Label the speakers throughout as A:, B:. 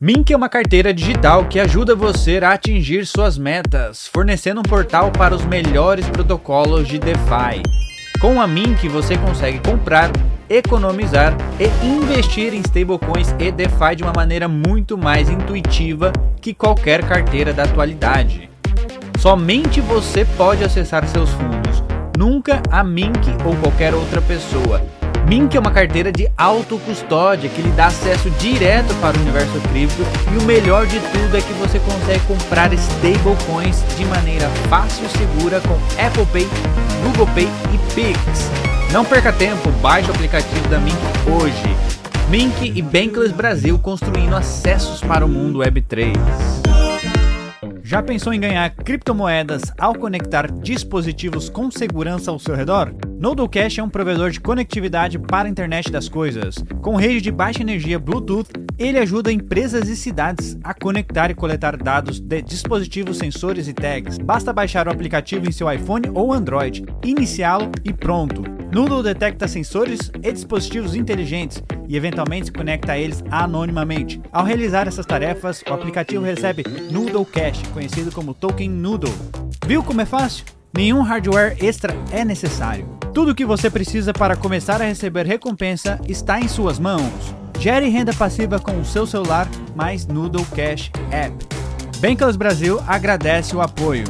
A: Mink é uma carteira digital que ajuda você a atingir suas metas, fornecendo um portal para os melhores protocolos de DeFi. Com a Mink você consegue comprar, economizar e investir em stablecoins e DeFi de uma maneira muito mais intuitiva que qualquer carteira da atualidade. Somente você pode acessar seus fundos, nunca a Mink ou qualquer outra pessoa. Mink é uma carteira de autocustódia que lhe dá acesso direto para o universo cripto e o melhor de tudo é que você consegue comprar stablecoins de maneira fácil e segura com Apple Pay, Google Pay e Pix. Não perca tempo, baixe o aplicativo da Mink hoje. Mink e Bankless Brasil construindo acessos para o mundo Web3. Já pensou em ganhar criptomoedas ao conectar dispositivos com segurança ao seu redor? NoodleCash é um provedor de conectividade para a internet das coisas. Com rede de baixa energia Bluetooth, ele ajuda empresas e cidades a conectar e coletar dados de dispositivos, sensores e tags. Basta baixar o aplicativo em seu iPhone ou Android, iniciá-lo e pronto. Noodle detecta sensores e dispositivos inteligentes e eventualmente se conecta a eles anonimamente. Ao realizar essas tarefas, o aplicativo recebe Noodle Cash, conhecido como Token Noodle. Viu como é fácil? Nenhum hardware extra é necessário. Tudo o que você precisa para começar a receber recompensa está em suas mãos. Gere renda passiva com o seu celular mais Noodle Cash App. Bankless Brasil agradece o apoio.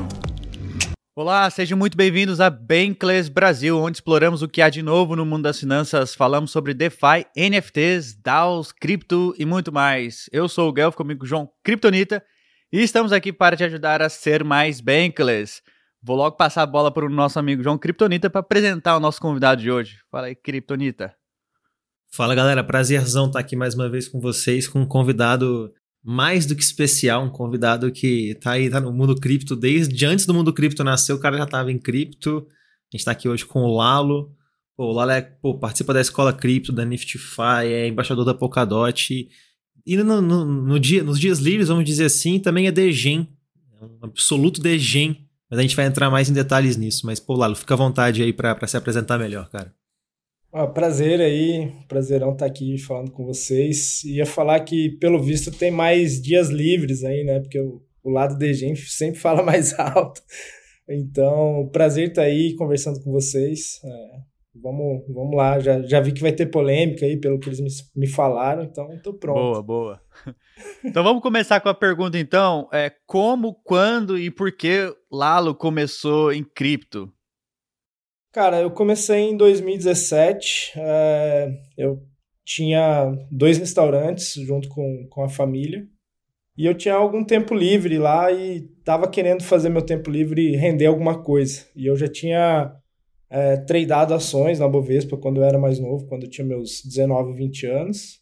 A: Olá, sejam muito bem-vindos a Bankless Brasil, onde exploramos o que há de novo no mundo das finanças. Falamos sobre DeFi, NFTs, DAOs, cripto e muito mais. Eu sou o Guelph, comigo João Kryptonita, e estamos aqui para te ajudar a ser mais Bankless. Vou logo passar a bola para o nosso amigo João Kryptonita para apresentar o nosso convidado de hoje. Fala aí, Kryptonita.
B: Fala, galera. Prazerzão estar aqui mais uma vez com vocês, com um convidado mais do que especial, um convidado que tá no mundo cripto desde antes do mundo cripto nascer, o cara já estava em cripto. A gente está aqui hoje com o Lalo. O Lalo participa da escola cripto, da Niftyfy, é embaixador da Polkadot. E nos dias livres, vamos dizer assim, também é degen, é um absoluto degen. Mas a gente vai entrar mais em detalhes nisso. Mas, Lalo, fica à vontade aí para se apresentar melhor, cara.
C: Prazer aí, prazerão estar aqui falando com vocês. Ia falar que, pelo visto, tem mais dias livres aí, né? Porque o lado de gente sempre fala mais alto. Então, prazer estar aí conversando com vocês. Vamos lá, já vi que vai ter polêmica aí, pelo que eles me falaram, então estou pronto.
A: Boa. Então vamos começar com a pergunta então. Como, quando e por que Lalo começou em cripto?
C: Cara, eu comecei em 2017, eu tinha 2 restaurantes junto com a família e eu tinha algum tempo livre lá e estava querendo fazer meu tempo livre render alguma coisa. E eu já tinha tradeado ações na Bovespa quando eu era mais novo, quando eu tinha meus 19, 20 anos.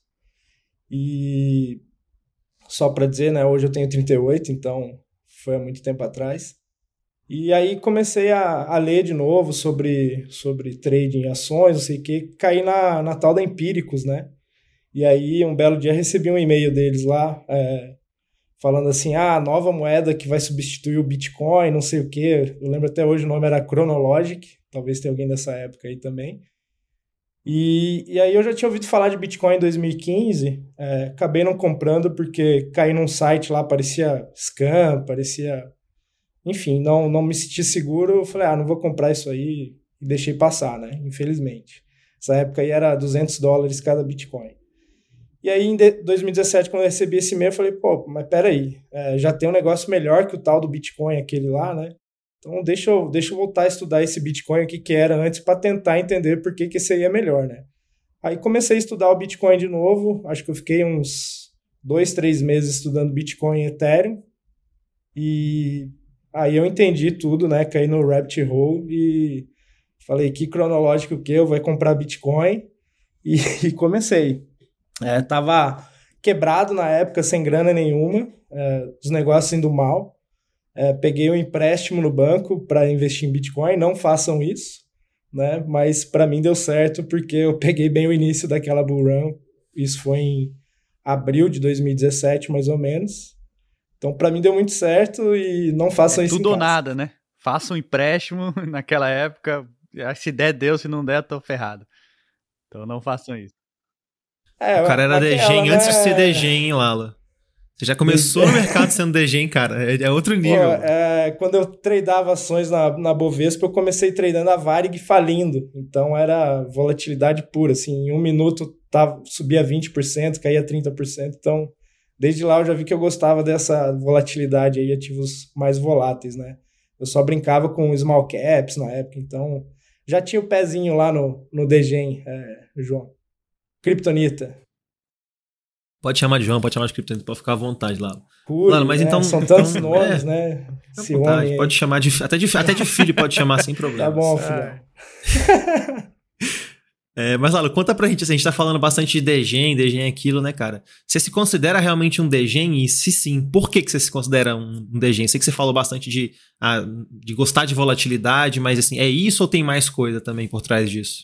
C: E só para dizer, né, hoje eu tenho 38, então foi há muito tempo atrás. E aí comecei a ler de novo sobre trading em ações, não sei o que, caí na tal da Empíricos, né? E aí um belo dia recebi um e-mail deles lá, falando assim, nova moeda que vai substituir o Bitcoin, não sei o que. Eu lembro até hoje o nome era Chronologic, talvez tenha alguém dessa época aí também. E aí eu já tinha ouvido falar de Bitcoin em 2015, acabei não comprando porque caí num site lá, parecia scam, enfim, não me senti seguro, eu falei, não vou comprar isso aí, e deixei passar, né, infelizmente. Essa época aí era $200 cada Bitcoin. E aí, em 2017, quando eu recebi esse e-mail, eu falei, mas peraí, já tem um negócio melhor que o tal do Bitcoin, aquele lá, né? Então, deixa eu voltar a estudar esse Bitcoin, o que era antes, para tentar entender por que esse aí é melhor, né? Aí comecei a estudar o Bitcoin de novo, acho que eu fiquei uns 2, 3 meses estudando Bitcoin e Ethereum, e aí eu entendi tudo, né? Caí no rabbit hole e falei, que cronológico o quê? Eu vou comprar Bitcoin e comecei. Tava quebrado na época, sem grana nenhuma, os negócios indo mal. Peguei um empréstimo no banco para investir em Bitcoin, não façam isso, né? Mas para mim deu certo porque eu peguei bem o início daquela bull run, isso foi em abril de 2017, mais ou menos. Então, para mim deu muito certo e não façam isso em casa.
A: Tudo ou nada, né? Faça um empréstimo naquela época, se der, deu, se não der, tô ferrado. Então não façam isso.
B: O cara era degen antes de ser degen, hein, Lalo? Você já começou no mercado sendo DGen, cara. É outro nível.
C: Quando eu tradeava ações na Bovespa, eu comecei tradando a Varig falindo. Então era volatilidade pura. Assim, em 1 minuto subia 20%, caía 30%. Então, desde lá eu já vi que eu gostava dessa volatilidade aí, ativos mais voláteis, né? Eu só brincava com small caps na época. Então, já tinha o pezinho lá no DGen, João. Kryptonita.
B: Pode chamar de João, pode chamar de Kryptonita, pode ficar à vontade lá.
C: Lalo, mas então, são tantos nomes, né?
B: Esse homem pode chamar até de filho, pode chamar sem problema.
C: Tá bom, filho.
B: Mas, Lalo, conta pra gente, assim, a gente tá falando bastante de DGen aquilo, né, cara? Você se considera realmente um DGen? E se sim, por que você se considera um DGen? Sei que você falou bastante de gostar de volatilidade, mas assim, é isso ou tem mais coisa também por trás disso?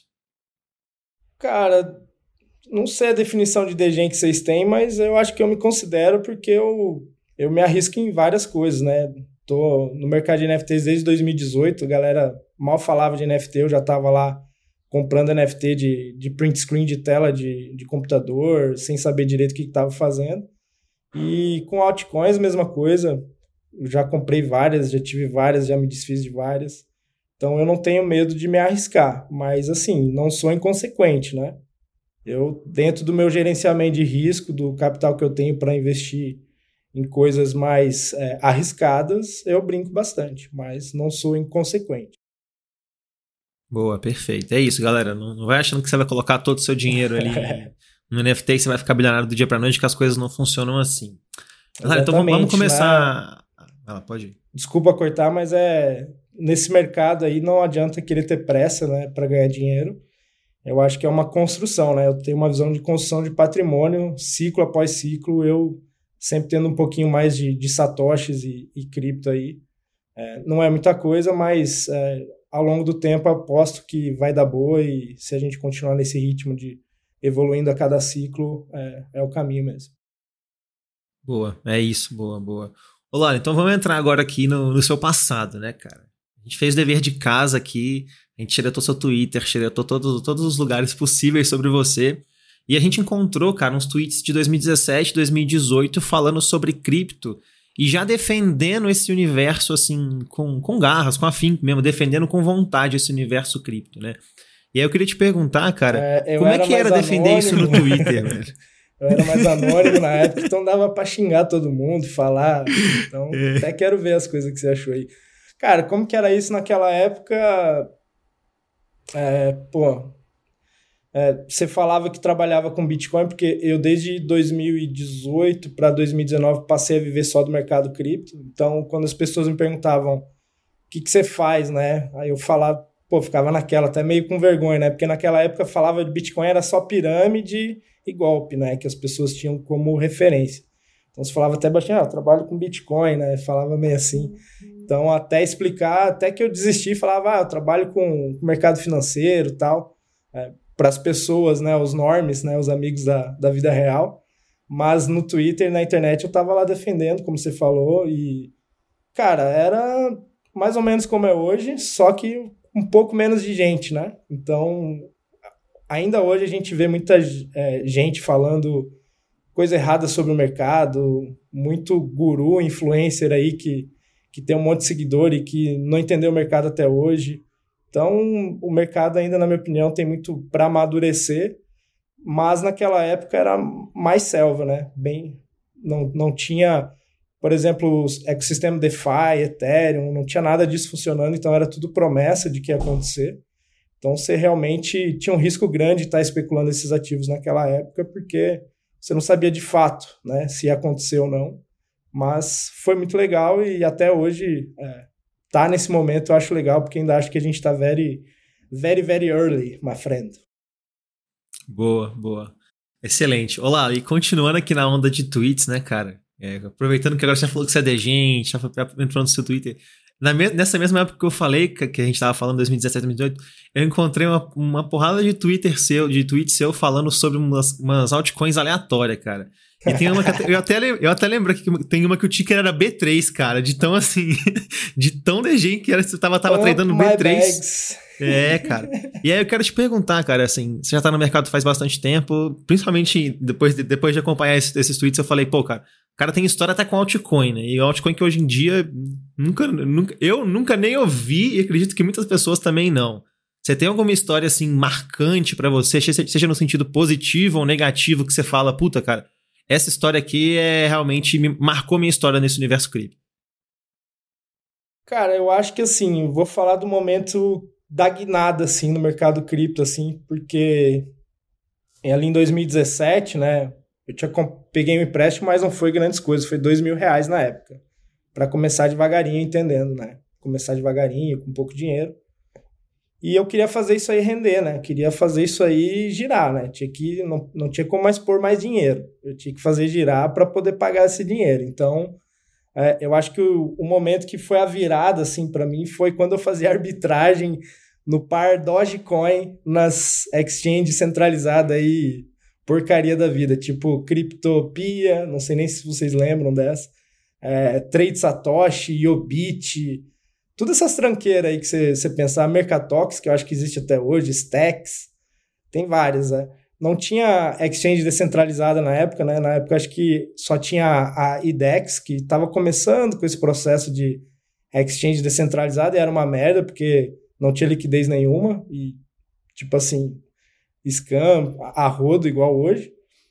C: Cara, não sei a definição de DGen que vocês têm, mas eu acho que eu me considero porque eu me arrisco em várias coisas, né? Tô no mercado de NFTs desde 2018, a galera mal falava de NFT, eu já tava lá comprando NFT de print screen de tela de computador, sem saber direito o que estava fazendo. E com altcoins, mesma coisa. Eu já comprei várias, já tive várias, já me desfiz de várias. Então eu não tenho medo de me arriscar, mas assim, não sou inconsequente, né? Eu, dentro do meu gerenciamento de risco, do capital que eu tenho para investir em coisas mais arriscadas, eu brinco bastante, mas não sou inconsequente.
B: Boa, perfeito. É isso, galera. Não vai achando que você vai colocar todo o seu dinheiro ali no NFT e você vai ficar bilionário do dia para noite, que as coisas não funcionam assim. Galera, então vamos começar... Pode ir.
C: Desculpa cortar, mas nesse mercado aí não adianta querer ter pressa, né, para ganhar dinheiro. Eu acho que é uma construção, né? Eu tenho uma visão de construção de patrimônio, ciclo após ciclo, eu sempre tendo um pouquinho mais de satoshis e cripto aí. Não é muita coisa, mas ao longo do tempo aposto que vai dar boa e se a gente continuar nesse ritmo de evoluindo a cada ciclo, é o caminho mesmo.
B: Boa, é isso, boa. Olá, então vamos entrar agora aqui no seu passado, né, cara? A gente fez o dever de casa aqui, a gente xeretou seu Twitter, xeretou todos os lugares possíveis sobre você. E a gente encontrou, cara, uns tweets de 2017, 2018 falando sobre cripto e já defendendo esse universo, assim, com garras, com afinco mesmo, defendendo com vontade esse universo cripto, né? E aí eu queria te perguntar, cara, como é que era defender isso no Twitter, velho?
C: Eu era mais anônimo na época, então dava pra xingar todo mundo, falar. Então, até quero ver as coisas que você achou aí. Cara, como que era isso naquela época? Você falava que trabalhava com Bitcoin, porque eu desde 2018 para 2019 passei a viver só do mercado cripto. Então, quando as pessoas me perguntavam o que você faz, né? Aí eu falava, ficava naquela, até meio com vergonha, né? Porque naquela época falava de Bitcoin, era só pirâmide e golpe, né? Que as pessoas tinham como referência. Então, você falava até bastante, eu trabalho com Bitcoin, né? Falava meio assim. Então, até explicar, até que eu desisti, falava, eu trabalho com mercado financeiro e tal, para as pessoas, né, os normies, né, os amigos da vida real. Mas no Twitter, na internet, eu tava lá defendendo, como você falou, e, cara, era mais ou menos como é hoje, só que um pouco menos de gente, né? Então, ainda hoje a gente vê muita gente falando coisa errada sobre o mercado, muito guru, influencer aí que tem um monte de seguidor e que não entendeu o mercado até hoje. Então, o mercado ainda, na minha opinião, tem muito para amadurecer, mas naquela época era mais selva, né? Não tinha, por exemplo, o ecossistema DeFi, Ethereum, não tinha nada disso funcionando, então era tudo promessa de que ia acontecer. Então, você realmente tinha um risco grande de estar especulando esses ativos naquela época, porque você não sabia de fato, né, se ia acontecer ou não. Mas foi muito legal e até hoje tá nesse momento eu acho legal, porque ainda acho que a gente tá very, very, very early, my friend.
B: Boa. Excelente. Olá, e continuando aqui na onda de tweets, né, cara? Aproveitando que agora você já falou que você é DGen, já entrou no seu Twitter. Nessa mesma época que eu falei, que a gente tava falando, 2017, 2018, eu encontrei uma porrada de tweets seu falando sobre umas altcoins aleatórias, cara. E tem uma que eu até lembro que tem uma que o ticker era B3, cara, de tão assim, de tão DG que era, você tava tradando B3.
C: Bags.
B: Cara. E aí eu quero te perguntar, cara, assim, você já tá no mercado faz bastante tempo, principalmente depois de acompanhar esses tweets, eu falei, pô, cara, o cara tem história até com altcoin, né? E altcoin que hoje em dia eu nunca nem ouvi e acredito que muitas pessoas também não. Você tem alguma história, assim, marcante pra você, seja no sentido positivo ou negativo, que você fala, puta, cara, essa história aqui realmente marcou minha história nesse universo cripto?
C: Cara, eu acho que, assim, vou falar do momento da guinada, assim, no mercado cripto, assim, porque ali em 2017, né, peguei um empréstimo, mas não foi grandes coisas, foi R$2.000 na época, para começar devagarinho, entendendo, né, começar devagarinho, com pouco dinheiro. E eu queria fazer isso aí render, né? Queria fazer isso aí girar, né? Não tinha como mais pôr mais dinheiro. Eu tinha que fazer girar para poder pagar esse dinheiro. Então, eu acho que o momento que foi a virada, assim, para mim, foi quando eu fazia arbitragem no par Dogecoin nas exchanges centralizadas aí, porcaria da vida, tipo Cryptopia, não sei nem se vocês lembram dessa, Trade Satoshi, Yobit, todas essas tranqueiras aí que você pensar, Mercatox, que eu acho que existe até hoje, Stacks, tem várias, né? Não tinha exchange descentralizada na época, né? Na época acho que só tinha a IDEX, que estava começando com esse processo de exchange descentralizada e era uma merda, porque não tinha liquidez nenhuma e, tipo assim, scam, a rodo igual hoje.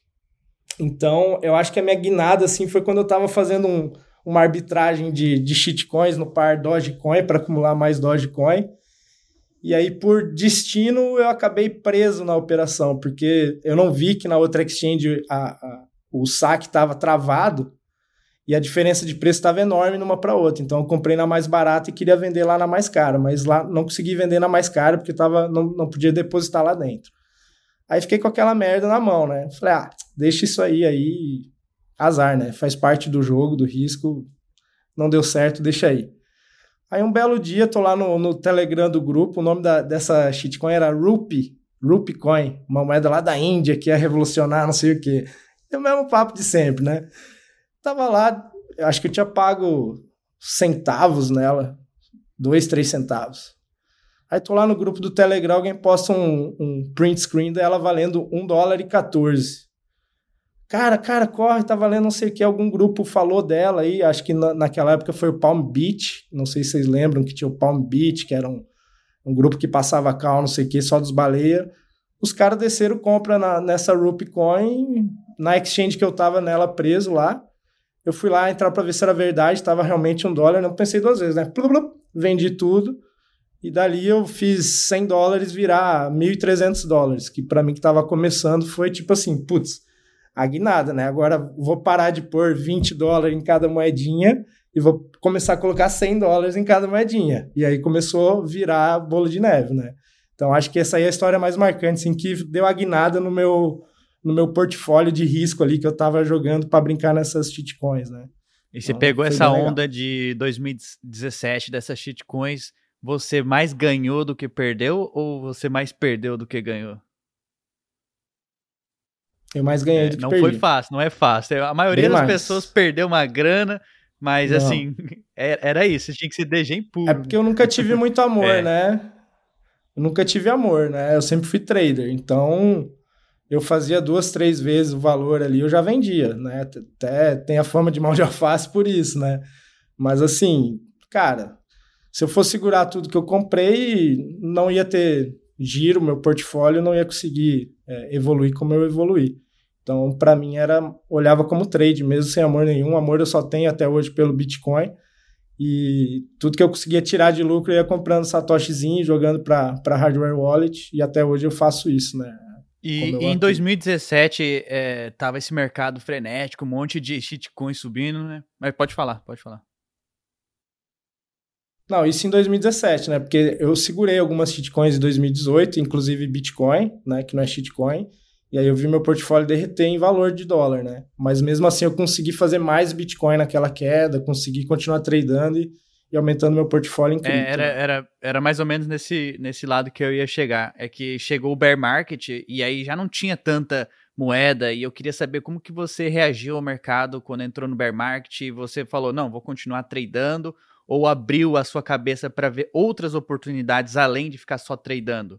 C: Então, eu acho que a minha guinada, assim, foi quando eu estava fazendo uma arbitragem de shitcoins no par Dogecoin para acumular mais Dogecoin. E aí, por destino, eu acabei preso na operação, porque eu não vi que na outra exchange o saque estava travado e a diferença de preço estava enorme numa para outra. Então, eu comprei na mais barata e queria vender lá na mais cara, mas lá não consegui vender na mais cara porque não podia depositar lá dentro. Aí fiquei com aquela merda na mão, né? Falei, deixa isso aí, azar, né? Faz parte do jogo, do risco, não deu certo, deixa aí. Aí um belo dia, tô lá no Telegram do grupo, o nome dessa shitcoin era Rupee Coin, uma moeda lá da Índia que ia revolucionar não sei o quê. É o mesmo papo de sempre, né? Tava lá, acho que eu tinha pago centavos nela, 2, 3 centavos. Aí tô lá no grupo do Telegram, alguém posta um print screen dela valendo $1,14. Cara, corre, tá valendo não sei o que, algum grupo falou dela aí, acho que naquela época foi o Palm Beach, não sei se vocês lembram que tinha o Palm Beach, que era um grupo que passava cal, não sei o que, só dos baleia. Os caras desceram compra nessa Rupee Coin, na exchange que eu tava nela preso lá, eu fui lá entrar pra ver se era verdade, tava realmente $1, não pensei duas vezes, né, vendi tudo, e dali eu fiz $100 virar $1.300, que pra mim que tava começando foi tipo assim, putz, a guinada, né? Agora vou parar de pôr $20 em cada moedinha e vou começar a colocar $100 em cada moedinha. E aí começou a virar bolo de neve, né? Então acho que essa aí é a história mais marcante, assim, que deu a guinada no meu portfólio de risco ali que eu tava jogando para brincar nessas shitcoins, né?
A: E você pegou essa onda de 2017 dessas shitcoins, você mais ganhou do que perdeu ou você mais perdeu do que ganhou?
C: Eu mais ganhei do que perdi.
A: Não foi fácil, não é fácil. A maioria das pessoas perdeu uma grana, mas não. Assim, era isso, tinha que ser DG em puro.
C: É porque eu nunca tive muito amor, né? Eu nunca tive amor, né? Eu sempre fui trader, então eu fazia 2, 3 vezes o valor ali, eu já vendia, né? Até tem a fama de mão de alface por isso, né? Mas assim, cara, se eu fosse segurar tudo que eu comprei, não ia ter giro, meu portfólio não ia conseguir evoluir como eu evoluí. Então, para mim, olhava como trade, mesmo sem amor nenhum. Amor eu só tenho até hoje pelo Bitcoin. E tudo que eu conseguia tirar de lucro, eu ia comprando satoshizinho, jogando para hardware wallet. E até hoje eu faço isso, né?
A: E em 2017, tava esse mercado frenético, um monte de shitcoins subindo, né? Mas pode falar.
C: Não, isso em 2017, né? Porque eu segurei algumas shitcoins em 2018, inclusive Bitcoin, né? Que não é shitcoin. E aí eu vi meu portfólio derreter em valor de dólar, né? Mas mesmo assim eu consegui fazer mais Bitcoin naquela queda, consegui continuar tradando e aumentando meu portfólio em cripto.
A: Era mais ou menos nesse lado que eu ia chegar. É que chegou o bear market e aí já não tinha tanta moeda, e eu queria saber como que você reagiu ao mercado quando entrou no bear market, e você falou, não, vou continuar tradando, ou abriu a sua cabeça para ver outras oportunidades além de ficar só tradando?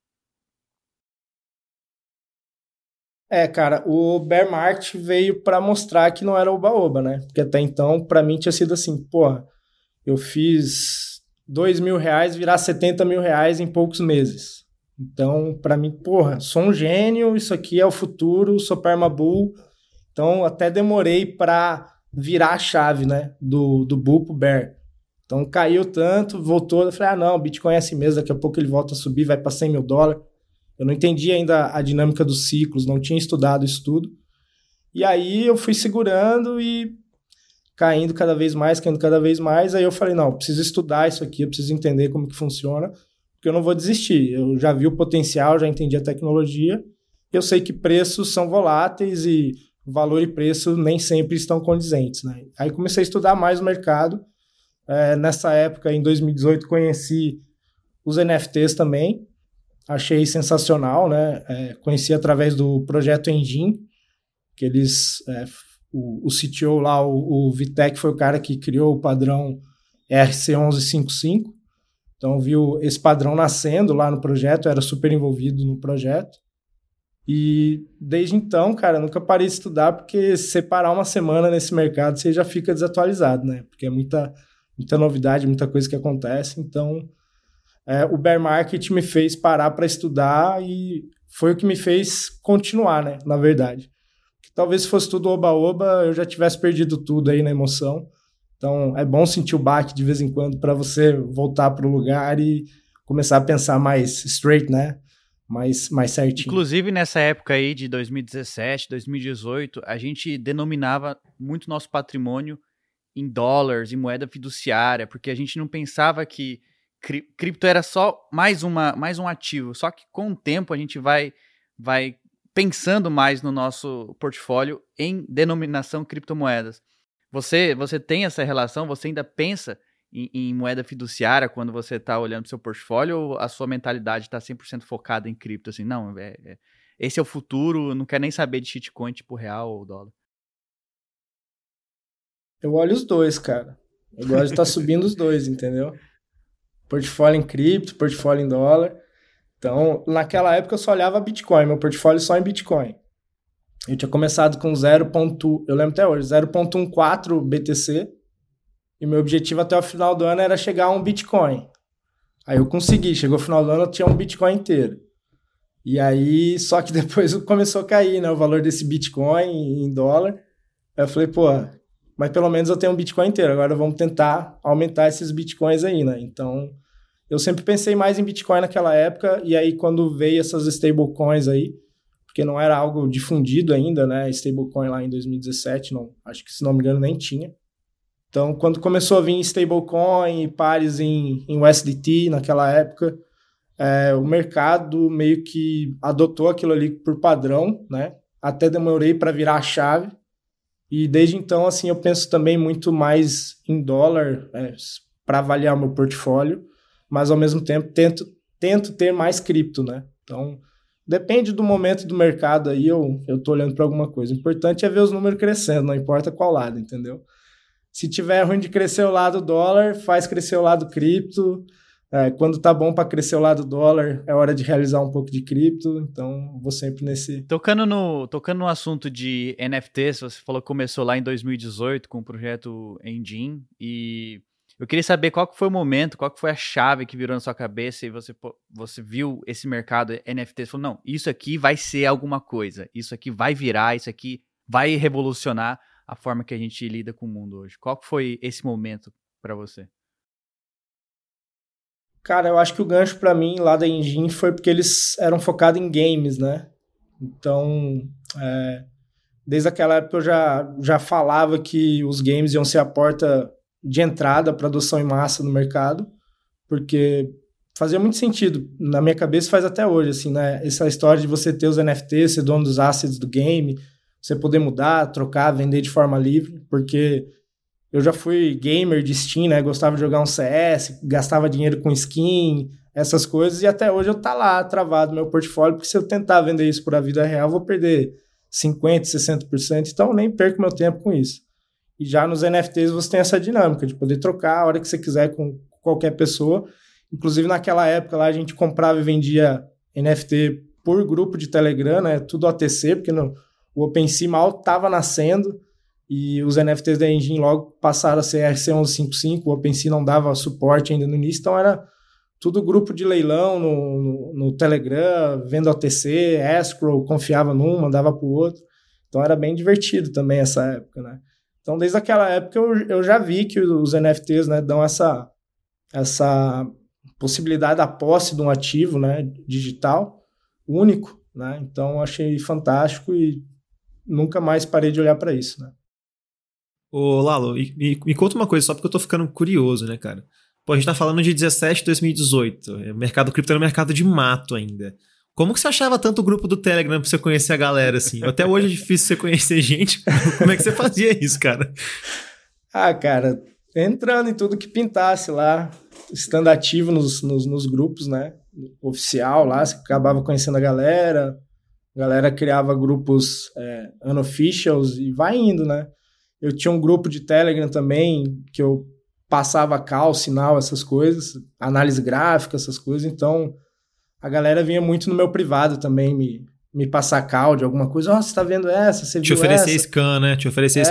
C: Cara, o bear market veio para mostrar que não era oba-oba, né? Porque até então, para mim, tinha sido assim, porra, eu fiz R$ 2.000 virar R$ 70.000 em poucos meses. Então, para mim, porra, sou um gênio, isso aqui é o futuro, sou perma bull. Então, até demorei para virar a chave, né? Do bull pro bear. Então, caiu tanto, voltou, eu falei, não, o Bitcoin é assim mesmo, daqui a pouco ele volta a subir, vai para $100.000. Eu não entendi ainda a dinâmica dos ciclos, não tinha estudado isso tudo. E aí eu fui segurando e caindo cada vez mais. Aí eu falei, não, eu preciso estudar isso aqui, eu preciso entender como que funciona, porque eu não vou desistir. Eu já vi o potencial, já entendi a tecnologia. Eu sei que preços são voláteis e valor e preço nem sempre estão condizentes, né? Aí comecei a estudar mais o mercado. Nessa época, em 2018, conheci os NFTs também. Achei sensacional, né? Conheci através do projeto Engine, que eles... o CTO lá, o Vitek, foi o cara que criou o padrão ERC1155. Então, viu esse padrão nascendo lá no projeto, era super envolvido no projeto. E desde então, cara, nunca parei de estudar, porque se você parar uma semana nesse mercado, você já fica desatualizado, né? Porque é muita novidade, muita coisa que acontece. Então, o bear market me fez parar para estudar e foi o que me fez continuar, né? Na verdade. Porque talvez se fosse tudo oba-oba, eu já tivesse perdido tudo aí na emoção. Então, é bom sentir o baque de vez em quando para você voltar para o lugar e começar a pensar mais straight, né? Mais certinho.
A: Inclusive, nessa época aí de 2017, 2018, a gente denominava muito nosso patrimônio em dólares, em moeda fiduciária, porque a gente não pensava que cripto era só mais um ativo. Só que com o tempo a gente vai pensando mais no nosso portfólio em denominação criptomoedas. Você tem essa relação? Você ainda pensa em moeda fiduciária quando você está olhando para o seu portfólio, ou a sua mentalidade está 100% focada em cripto? Assim, não, esse é o futuro, não quero nem saber de shitcoin tipo real ou dólar.
C: Eu olho os dois, cara. Eu gosto de estar subindo os dois, entendeu? Portfólio em cripto, portfólio em dólar. Então, naquela época eu só olhava Bitcoin, meu portfólio só em Bitcoin. Eu tinha começado com eu lembro até hoje, 0.14 BTC. E meu objetivo até o final do ano era chegar a um Bitcoin. Aí eu consegui, chegou o final do ano eu tinha um Bitcoin inteiro. E aí, só que depois começou a cair, né, o valor desse Bitcoin em dólar. Aí eu falei, mas pelo menos eu tenho um Bitcoin inteiro, agora vamos tentar aumentar esses Bitcoins aí, né? Então, eu sempre pensei mais em Bitcoin naquela época, e aí quando veio essas stablecoins aí, porque não era algo difundido ainda, né? Stablecoin lá em 2017, não, acho que se não me engano nem tinha. Então, quando começou a vir stablecoin e pares em USDT naquela época, o mercado meio que adotou aquilo ali por padrão, né? Até demorei para virar a chave. E desde então, assim, eu penso também muito mais em dólar para avaliar o meu portfólio, mas ao mesmo tempo tento ter mais cripto, né? Então, depende do momento do mercado aí, eu tô olhando para alguma coisa. O importante é ver os números crescendo, não importa qual lado, entendeu? Se tiver ruim de crescer o lado dólar, faz crescer o lado cripto. Quando tá bom para crescer o lado dólar, é hora de realizar um pouco de cripto. Então, vou sempre nesse...
A: Tocando no assunto de NFTs, você falou que começou lá em 2018 com o projeto Engine. E eu queria saber qual que foi o momento, qual que foi a chave que virou na sua cabeça e você viu esse mercado NFTs e falou, não, isso aqui vai ser alguma coisa. Isso aqui vai virar, isso aqui vai revolucionar a forma que a gente lida com o mundo hoje. Qual que foi esse momento para você?
C: Cara, eu acho que o gancho para mim lá da Engine foi porque eles eram focados em games, né? Então, desde aquela época eu já falava que os games iam ser a porta de entrada para adoção em massa no mercado, porque fazia muito sentido. Na minha cabeça faz até hoje, assim, né? Essa história de você ter os NFTs, ser dono dos assets do game, você poder mudar, trocar, vender de forma livre, porque eu já fui gamer de Steam, né? Gostava de jogar um CS, gastava dinheiro com skin, essas coisas, e até hoje eu tá lá travado no meu portfólio, porque se eu tentar vender isso por a vida real, eu vou perder 50%, 60%, então eu nem perco meu tempo com isso. E já nos NFTs você tem essa dinâmica de poder trocar a hora que você quiser com qualquer pessoa. Inclusive naquela época lá a gente comprava e vendia NFT por grupo de Telegram, né? Tudo OTC, porque o OpenSea mal estava nascendo e os NFTs da Engine logo passaram a ser RC1155, o OpenSea não dava suporte ainda no início, então era tudo grupo de leilão no Telegram, vendo OTC, escrow, confiava num, mandava para o outro. Então era bem divertido também essa época, né? Então desde aquela época eu já vi que os NFTs, né, dão essa possibilidade da posse de um ativo, né, digital único, né? Então achei fantástico e nunca mais parei de olhar para isso, né?
B: Ô, Lalo, me conta uma coisa, só porque eu tô ficando curioso, né, cara? Pô, a gente tá falando de 17 de 2018. O mercado cripto era um mercado de mato ainda. Como que você achava tanto o grupo do Telegram pra você conhecer a galera, assim? Até hoje é difícil você conhecer gente. Como é que você fazia isso, cara?
C: Ah, cara, entrando em tudo que pintasse lá, estando ativo nos grupos, né? Oficial lá, você acabava conhecendo a galera criava grupos unofficials e vai indo, né? Eu tinha um grupo de Telegram também, que eu passava call, sinal, essas coisas, análise gráfica, essas coisas, então a galera vinha muito no meu privado também me passar call de alguma coisa, você tá vendo essa, você viu essa?
B: Te oferecer scan, né?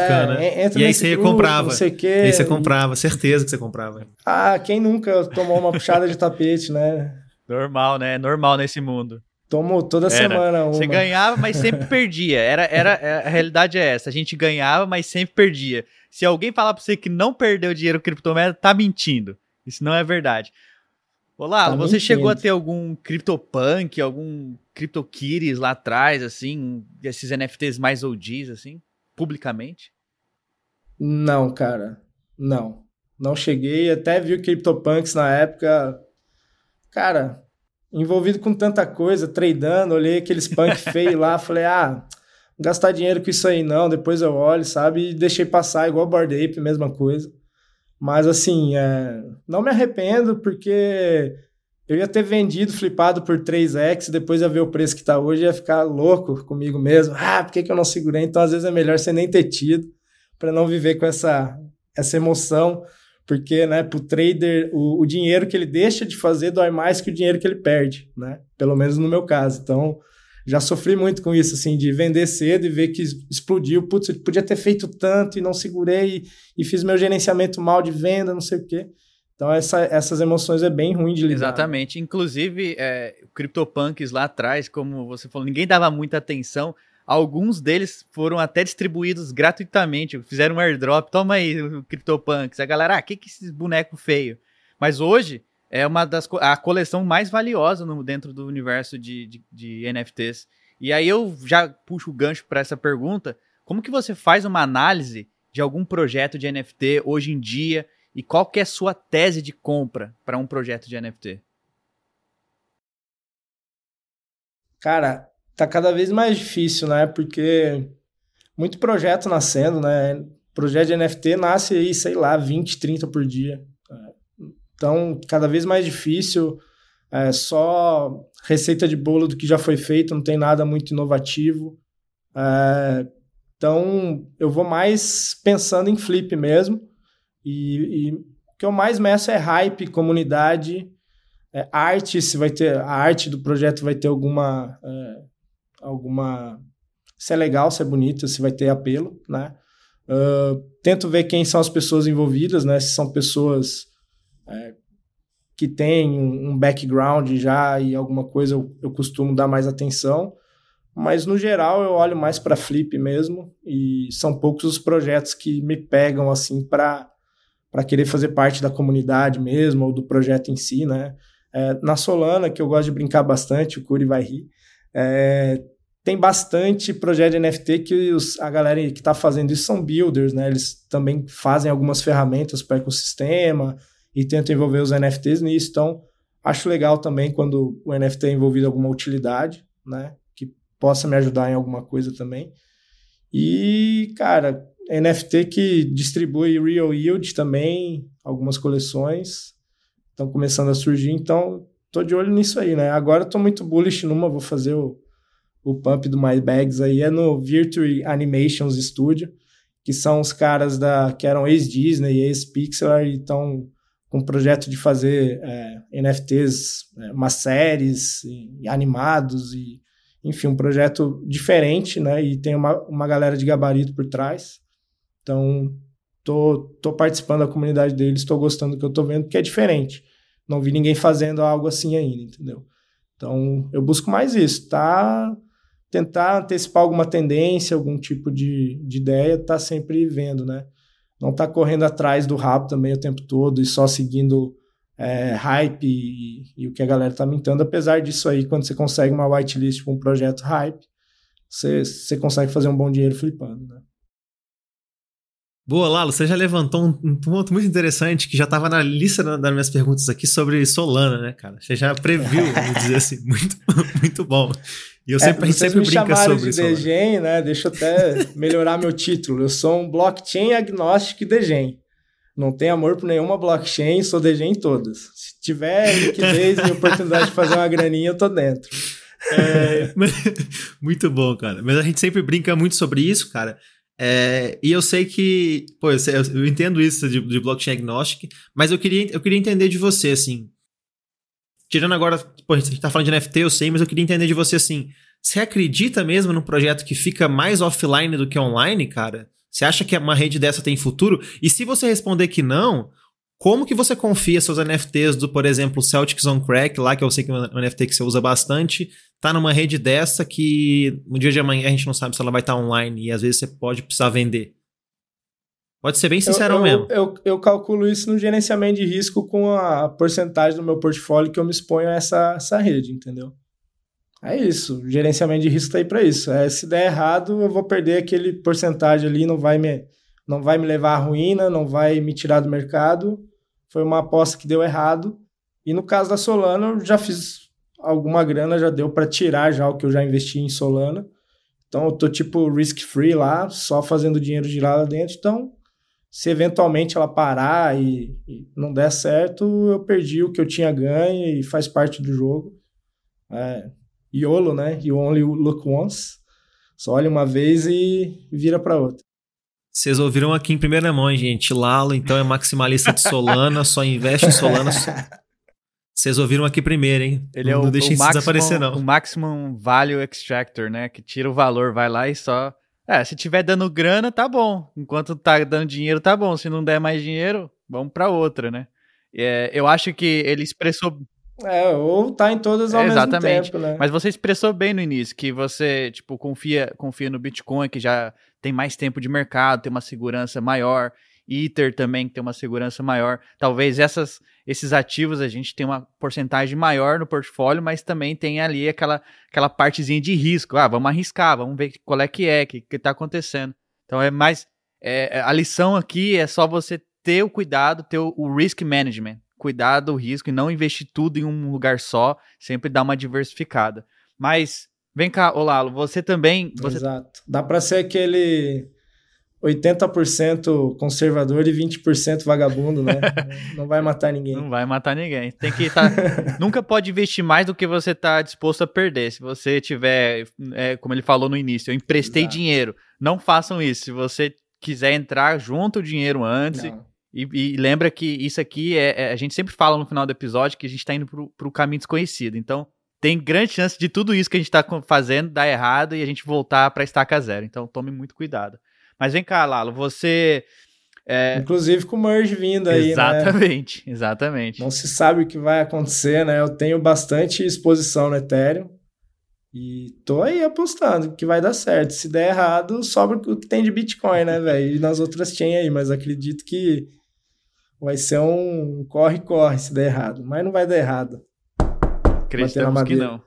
B: E aí você
C: grupo,
B: comprava.
C: Não sei o quê.
B: E aí você comprava, certeza que você comprava.
C: Ah, quem nunca tomou uma puxada de tapete, né?
A: Normal, né? Normal nesse mundo.
C: Tomo toda semana uma.
A: Você ganhava, mas sempre perdia. A realidade é essa. A gente ganhava, mas sempre perdia. Se alguém falar pra você que não perdeu dinheiro com criptomoeda, tá mentindo. Isso não é verdade. Olá, você mentindo. Chegou a ter algum CryptoPunk, algum CryptoKitties lá atrás, assim, esses NFTs mais OGs, assim, publicamente?
C: Não, cara. Não. Não cheguei. Até vi o CryptoPunks na época. Cara, envolvido com tanta coisa, tradando, olhei aqueles punk feios lá, falei, não gastar dinheiro com isso aí não, depois eu olho, sabe? E deixei passar, igual o Bored Ape, mesma coisa. Mas assim, não me arrependo, porque eu ia ter vendido, flipado por 3x, depois ia ver o preço que tá hoje, ia ficar louco comigo mesmo. Por que eu não segurei? Então, às vezes, é melhor você nem ter tido, para não viver com essa emoção, porque, né, pro trader, o dinheiro que ele deixa de fazer dói mais que o dinheiro que ele perde, né? Pelo menos no meu caso. Então, já sofri muito com isso, assim, de vender cedo e ver que explodiu. Putz, eu podia ter feito tanto e não segurei e fiz meu gerenciamento mal de venda, não sei o quê. Então, essas emoções é bem ruim de lidar.
A: Exatamente. Inclusive, o CryptoPunks lá atrás, como você falou, ninguém dava muita atenção. Alguns deles foram até distribuídos gratuitamente. Fizeram um airdrop. Toma aí o CryptoPunks. A galera, que esses bonecos feios? Mas hoje é a coleção mais valiosa dentro do universo de NFTs. E aí eu já puxo o gancho para essa pergunta. Como que você faz uma análise de algum projeto de NFT hoje em dia e qual que é a sua tese de compra para um projeto de NFT?
C: Cara, tá cada vez mais difícil, né? Porque muito projeto nascendo, né? Projeto de NFT nasce aí, sei lá, 20, 30 por dia. Então, cada vez mais difícil, só receita de bolo do que já foi feito, não tem nada muito inovativo. Então, eu vou mais pensando em flip mesmo, e o que eu mais meço é hype, comunidade, arte, se vai ter, a arte do projeto vai ter alguma se é legal, se é bonito, se vai ter apelo, né? Tento ver quem são as pessoas envolvidas, né? Se são pessoas que têm um background já e alguma coisa eu costumo dar mais atenção, mas no geral eu olho mais para flip mesmo, e são poucos os projetos que me pegam assim para querer fazer parte da comunidade mesmo, ou do projeto em si, né? Na Solana, que eu gosto de brincar bastante, o Curi vai rir, tem bastante projeto de NFT que a galera que está fazendo isso são builders, né? Eles também fazem algumas ferramentas para o ecossistema e tentam envolver os NFTs nisso. Então, acho legal também quando o NFT é envolvido em alguma utilidade, né? Que possa me ajudar em alguma coisa também. E, cara, NFT que distribui Real Yield também, algumas coleções estão começando a surgir. Então, tô de olho nisso aí, né? Agora eu tô muito bullish numa, vou fazer o o pump do MyBags aí é no Virtual Animations Studio, que são os caras que eram ex-Disney, ex-Pixar e estão com um projeto de fazer NFTs, umas séries animados, e, enfim, um projeto diferente, né? E tem uma galera de gabarito por trás. Então, tô participando da comunidade deles, estou gostando do que eu estou vendo, porque é diferente. Não vi ninguém fazendo algo assim ainda, entendeu? Então, eu busco mais isso, tá? Tentar antecipar alguma tendência, algum tipo de ideia, tá sempre vendo, né? Não tá correndo atrás do rabo também o tempo todo e só seguindo hype e o que a galera tá mintando. Apesar disso aí, quando você consegue uma whitelist com um projeto hype, você consegue fazer um bom dinheiro flipando, né?
B: Boa, Lalo, você já levantou um ponto muito interessante que já estava na lista das minhas perguntas aqui sobre Solana, né, cara? Você já previu, vamos dizer assim, muito, muito bom. E a gente sempre brinca sobre isso.
C: Vocês me chamaram de degen, né? Deixa eu até melhorar meu título. Eu sou um blockchain agnóstico e degen. Não tenho amor por nenhuma blockchain, sou degen em todas. Se tiver liquidez e oportunidade de fazer uma graninha, eu tô dentro.
B: Muito bom, cara. Mas a gente sempre brinca muito sobre isso, cara. E eu sei que, pô, eu entendo isso de blockchain agnostic, mas eu queria entender de você, assim, tirando agora, pô, a gente tá falando de NFT, eu sei, mas eu queria entender de você, assim, você acredita mesmo num projeto que fica mais offline do que online, cara? Você acha que uma rede dessa tem futuro? E se você responder que não, como que você confia seus NFTs do, por exemplo, Celtics on Crack, lá que eu sei que é um NFT que você usa bastante, tá numa rede dessa que no dia de amanhã a gente não sabe se ela vai estar online e às vezes você pode precisar vender. Pode ser bem sincero mesmo.
C: Eu calculo isso no gerenciamento de risco com a porcentagem do meu portfólio que eu me exponho a essa rede, entendeu? É isso, o gerenciamento de risco tá aí para isso. Se der errado, eu vou perder aquele porcentagem ali, não vai me levar à ruína, não vai me tirar do mercado. Foi uma aposta que deu errado. E no caso da Solana, eu já fiz alguma grana, já deu para tirar já o que eu já investi em Solana. Então eu tô tipo risk-free lá, só fazendo dinheiro girar lá dentro. Então, se eventualmente ela parar e não der certo, eu perdi o que eu tinha ganho e faz parte do jogo. YOLO, né? You only look once. Só olha uma vez e vira para outra.
B: Vocês ouviram aqui em primeira mão, gente. Lalo, então, é maximalista de Solana, só investe em Solana. Vocês ouviram aqui primeiro, hein?
A: Ele
B: não deixem isso desaparecer, não.
A: O Maximum Value Extractor, né? Que tira o valor, vai lá e só... se tiver dando grana, tá bom. Enquanto tá dando dinheiro, tá bom. Se não der mais dinheiro, vamos pra outra, né? Eu acho que ele expressou...
C: ou tá em todas ao mesmo tempo, né?
A: Mas você expressou bem no início, que você, tipo, confia no Bitcoin, que já tem mais tempo de mercado, tem uma segurança maior, Ether também, que tem uma segurança maior. Talvez esses ativos a gente tem uma porcentagem maior no portfólio, mas também tem ali aquela partezinha de risco. Vamos arriscar, vamos ver qual é que tá acontecendo. Então a lição aqui é só você ter o cuidado, ter o risk management. Cuidar do risco e não investir tudo em um lugar só, sempre dar uma diversificada. Mas, vem cá, Lalo, você também...
C: Exato. Dá para ser aquele 80% conservador e 20% vagabundo, né? Não vai matar ninguém.
A: Não vai matar ninguém. Tem que nunca pode investir mais do que você está disposto a perder. Se você tiver, como ele falou no início, eu emprestei dinheiro. Não façam isso. Se você quiser entrar, junta o dinheiro antes... E lembra que isso aqui a gente sempre fala no final do episódio que a gente está indo para o caminho desconhecido. Então, tem grande chance de tudo isso que a gente está fazendo dar errado e a gente voltar para a estaca zero. Então, tome muito cuidado. Mas vem cá, Lalo, você...
C: Inclusive com o merge vindo aí,
A: exatamente,
C: né?
A: Exatamente.
C: Não se sabe o que vai acontecer, né? Eu tenho bastante exposição no Ethereum e tô aí apostando que vai dar certo. Se der errado, sobra o que tem de Bitcoin, né, velho? E nas outras chain aí, mas acredito que vai ser um corre-corre se der errado. Mas não vai dar errado.
A: Acreditamos que não.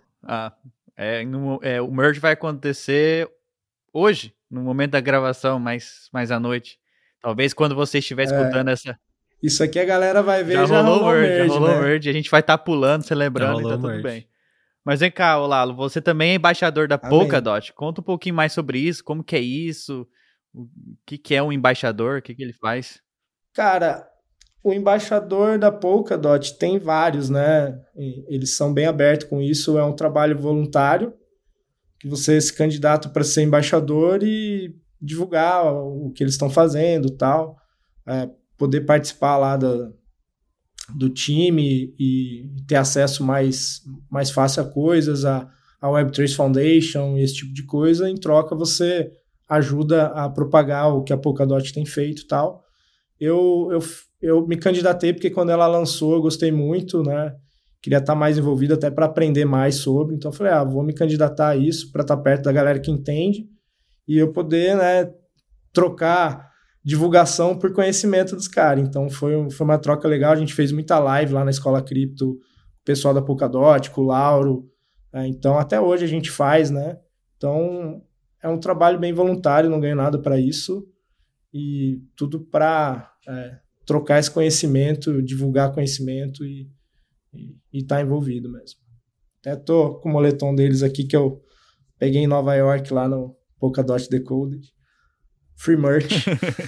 A: O merge vai acontecer hoje, no momento da gravação, mais à noite. Talvez quando você estiver escutando essa...
C: Isso aqui a galera vai ver, já rolou o merge,
A: já rolou o merge. A gente vai estar pulando, celebrando, então tudo bem. Mas vem cá, Lalo, você também é embaixador da Polkadot. Conta um pouquinho mais sobre isso, como que é isso, o que é um embaixador, o que ele faz?
C: Cara... O embaixador da Polkadot tem vários, né? Eles são bem abertos com isso. É um trabalho voluntário que você se candidata para ser embaixador e divulgar o que eles estão fazendo e tal, poder participar lá do time e ter acesso mais fácil a coisas, a Web3 Foundation e esse tipo de coisa. Em troca, você ajuda a propagar o que a Polkadot tem feito e tal. Eu me candidatei porque quando ela lançou eu gostei muito, né? Queria estar mais envolvido até para aprender mais sobre. Então eu falei, vou me candidatar a isso para estar perto da galera que entende e eu poder, né, trocar divulgação por conhecimento dos caras. Então foi uma troca legal. A gente fez muita live lá na Escola Cripto, o pessoal da Polkadot, com o Lauro. Então até hoje a gente faz, né? Então é um trabalho bem voluntário, não ganho nada para isso. E tudo para trocar esse conhecimento, divulgar conhecimento e estar envolvido mesmo. Até tô com o moletom deles aqui que eu peguei em Nova York lá no Polkadot Decoded. Free merch.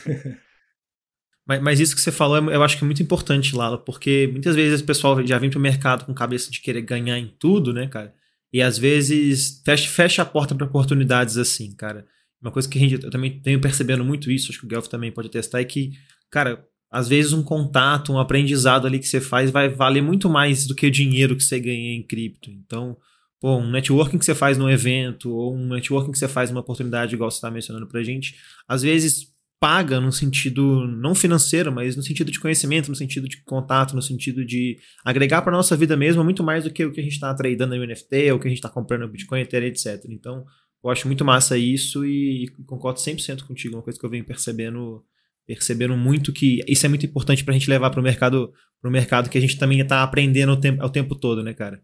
B: Mas isso que você falou eu acho que é muito importante, Lalo, porque muitas vezes o pessoal já vem pro mercado com cabeça de querer ganhar em tudo, né, cara? E às vezes fecha a porta para oportunidades assim, cara. Uma coisa que eu também tenho percebendo muito isso, acho que o Guelph também pode atestar, é que, cara, às vezes um contato, um aprendizado ali que você faz vai valer muito mais do que o dinheiro que você ganha em cripto. Então, um networking que você faz num evento, ou um networking que você faz numa oportunidade, igual você está mencionando pra gente, às vezes paga no sentido não financeiro, mas no sentido de conhecimento, no sentido de contato, no sentido de agregar para nossa vida mesmo, muito mais do que o que a gente está tradando no NFT, ou o que a gente está comprando no Bitcoin, etc. Então, eu acho muito massa isso e concordo 100% contigo, uma coisa que eu venho percebendo muito, que isso é muito importante pra gente levar pro mercado que a gente também está aprendendo o tempo todo, né, cara?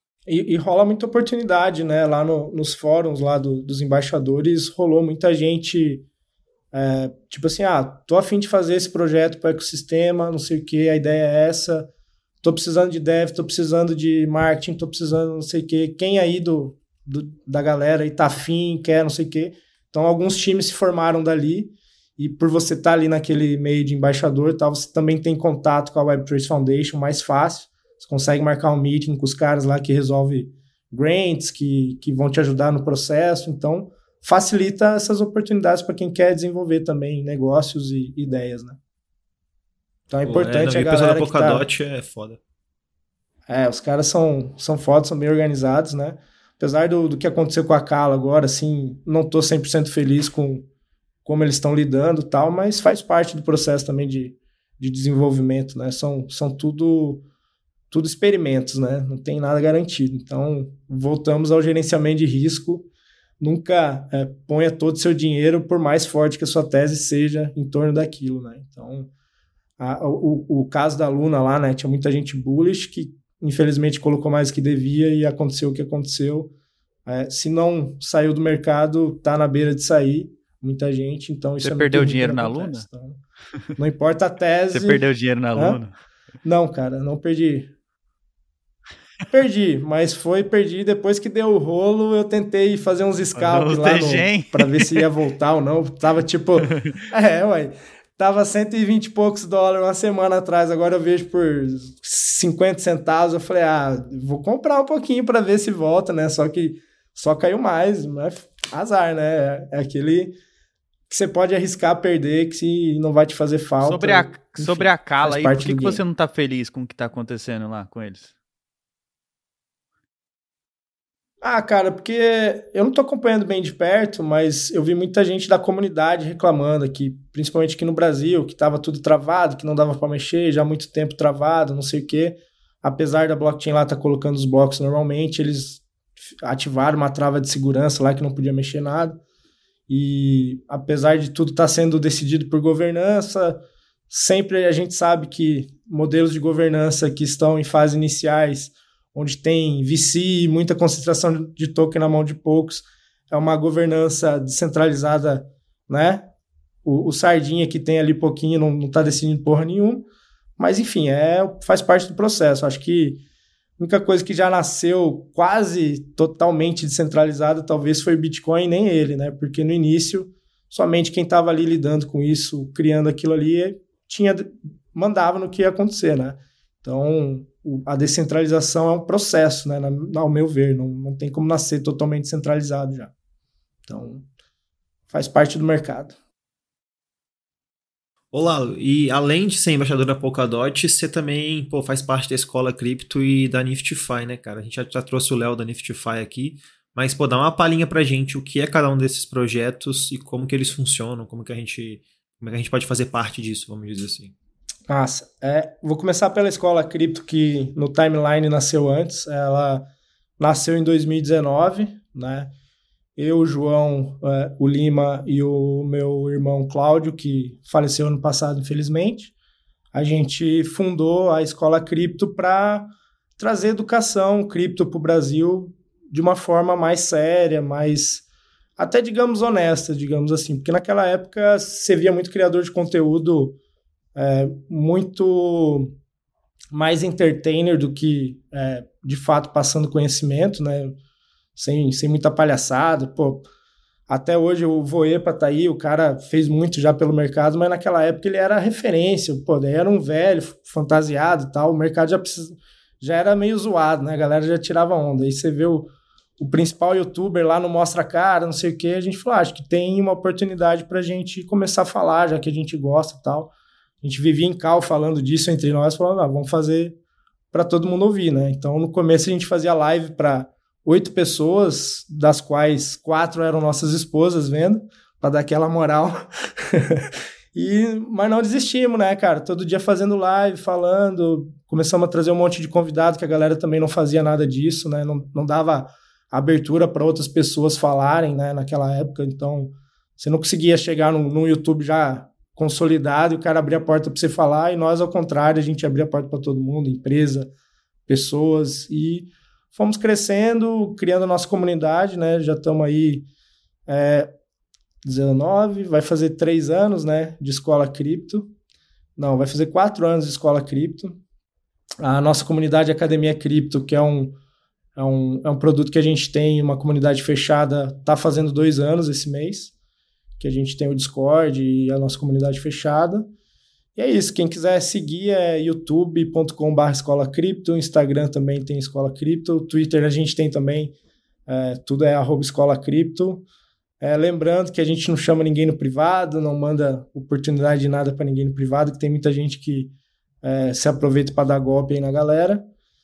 C: E rola muita oportunidade, né? Lá nos fóruns lá dos embaixadores, rolou muita gente, tipo assim, tô a fim de fazer esse projeto para o ecossistema, não sei o que, a ideia é essa, tô precisando de dev, tô precisando de marketing, tô precisando não sei o que, quem aí da galera aí tá afim, quer não sei o que. Então, alguns times se formaram dali e por você estar ali naquele meio de embaixador e tal, você também tem contato com a Web3 Foundation mais fácil. Você consegue marcar um meeting com os caras lá que resolve grants, que vão te ajudar no processo. Então, facilita essas oportunidades para quem quer desenvolver também negócios e ideias, né? Então, é importante a galera
B: da Polkadot é foda.
C: Os caras são foda, são bem organizados, né? Apesar do que aconteceu com a Cala agora, assim, não tô 100% feliz com como eles estão lidando e tal, mas faz parte do processo também de desenvolvimento, né? São tudo experimentos, né? Não tem nada garantido. Então, voltamos ao gerenciamento de risco. Nunca ponha todo o seu dinheiro, por mais forte que a sua tese seja, em torno daquilo, né? Então, o caso da Luna lá, né? Tinha muita gente bullish que, infelizmente, colocou mais do que devia e aconteceu o que aconteceu. Se não saiu do mercado, tá na beira de sair. Muita gente, então isso
A: Você perdeu dinheiro na Luna?
C: Então, não importa a tese.
A: Você perdeu dinheiro na Luna?
C: Não, cara, não perdi. Mas perdi depois que deu o rolo, eu tentei fazer uns scalps lá pra ver se ia voltar ou não. Tava tipo, tava 120 e poucos dólares uma semana atrás, agora eu vejo por 50 centavos, eu falei, vou comprar um pouquinho pra ver se volta, né? Só que só caiu mais, mas azar, né? É aquele que você pode arriscar perder, que se não vai te fazer falta.
A: Sobre a Cala aí, por que você não tá feliz com o que tá acontecendo lá com eles?
C: Cara, porque eu não tô acompanhando bem de perto, mas eu vi muita gente da comunidade reclamando aqui, principalmente aqui no Brasil, que tava tudo travado, que não dava para mexer, já há muito tempo travado, não sei o quê. Apesar da blockchain lá estar colocando os blocos normalmente, eles ativaram uma trava de segurança lá que não podia mexer nada. E apesar de tudo estar sendo decidido por governança, sempre a gente sabe que modelos de governança que estão em fases iniciais, onde tem VC, muita concentração de token na mão de poucos, é uma governança descentralizada, né? O Sardinha que tem ali pouquinho não está decidindo porra nenhuma, mas enfim, faz parte do processo. Acho que a única coisa que já nasceu quase totalmente descentralizada talvez foi o Bitcoin, nem ele, né? Porque no início, somente quem estava ali lidando com isso, criando aquilo ali, mandava no que ia acontecer, né? Então, a descentralização é um processo, né, ao meu ver, não tem como nascer totalmente centralizado já. Então, faz parte do mercado.
B: Olá, e além de ser embaixador da Polkadot, você também faz parte da Escola Cripto e da Niftyfy, né, cara? A gente já trouxe o Léo da Niftyfy aqui, mas dá uma palhinha pra gente o que é cada um desses projetos e como que eles funcionam, como que a gente pode fazer parte disso, vamos dizer assim.
C: Massa. Vou começar pela Escola Cripto, que no timeline nasceu antes. Ela nasceu em 2019, né? Eu, o João, o Lima e o meu irmão Cláudio, que faleceu ano passado, infelizmente, a gente fundou a Escola Cripto para trazer educação cripto para o Brasil de uma forma mais séria, mais até, digamos, honesta, digamos assim. Porque naquela época você via muito criador de conteúdo muito mais entertainer do que, de fato, passando conhecimento, né? Sem muita palhaçada. Pô, até hoje o Voepa tá aí, o cara fez muito já pelo mercado, mas naquela época ele era referência, pô, daí era um velho, fantasiado e tal, o mercado já era meio zoado, né? A galera já tirava onda. Aí você vê o principal youtuber lá no Mostra Cara, não sei o que, a gente falou, acho que tem uma oportunidade pra gente começar a falar, já que a gente gosta e tal. A gente vivia em cal falando disso entre nós, falando, vamos fazer para todo mundo ouvir, né? Então, no começo a gente fazia live para 8 pessoas, das quais 4 eram nossas esposas vendo, para dar aquela moral. Mas não desistimos, né, cara? Todo dia fazendo live, falando, começamos a trazer um monte de convidado, que a galera também não fazia nada disso, né? Não dava abertura para outras pessoas falarem, né, naquela época. Então, você não conseguia chegar no YouTube já consolidado e o cara abria a porta para você falar, e nós, ao contrário, a gente abria a porta para todo mundo, empresa, pessoas, e fomos crescendo, criando a nossa comunidade, né? Já estamos aí 19, vai fazer 3 anos, né, de Escola Cripto. Não, vai fazer 4 anos de Escola Cripto. A nossa comunidade Academia Cripto, que é um produto que a gente tem, uma comunidade fechada, está fazendo 2 anos esse mês, que a gente tem o Discord e a nossa comunidade fechada. E é isso, quem quiser seguir é youtube.com/Escola Cripto, Instagram também tem Escola Cripto, Twitter a gente tem também, tudo é @Escola Cripto. Lembrando que a gente não chama ninguém no privado, não manda oportunidade de nada para ninguém no privado, que tem muita gente que se aproveita para dar golpe aí na galera.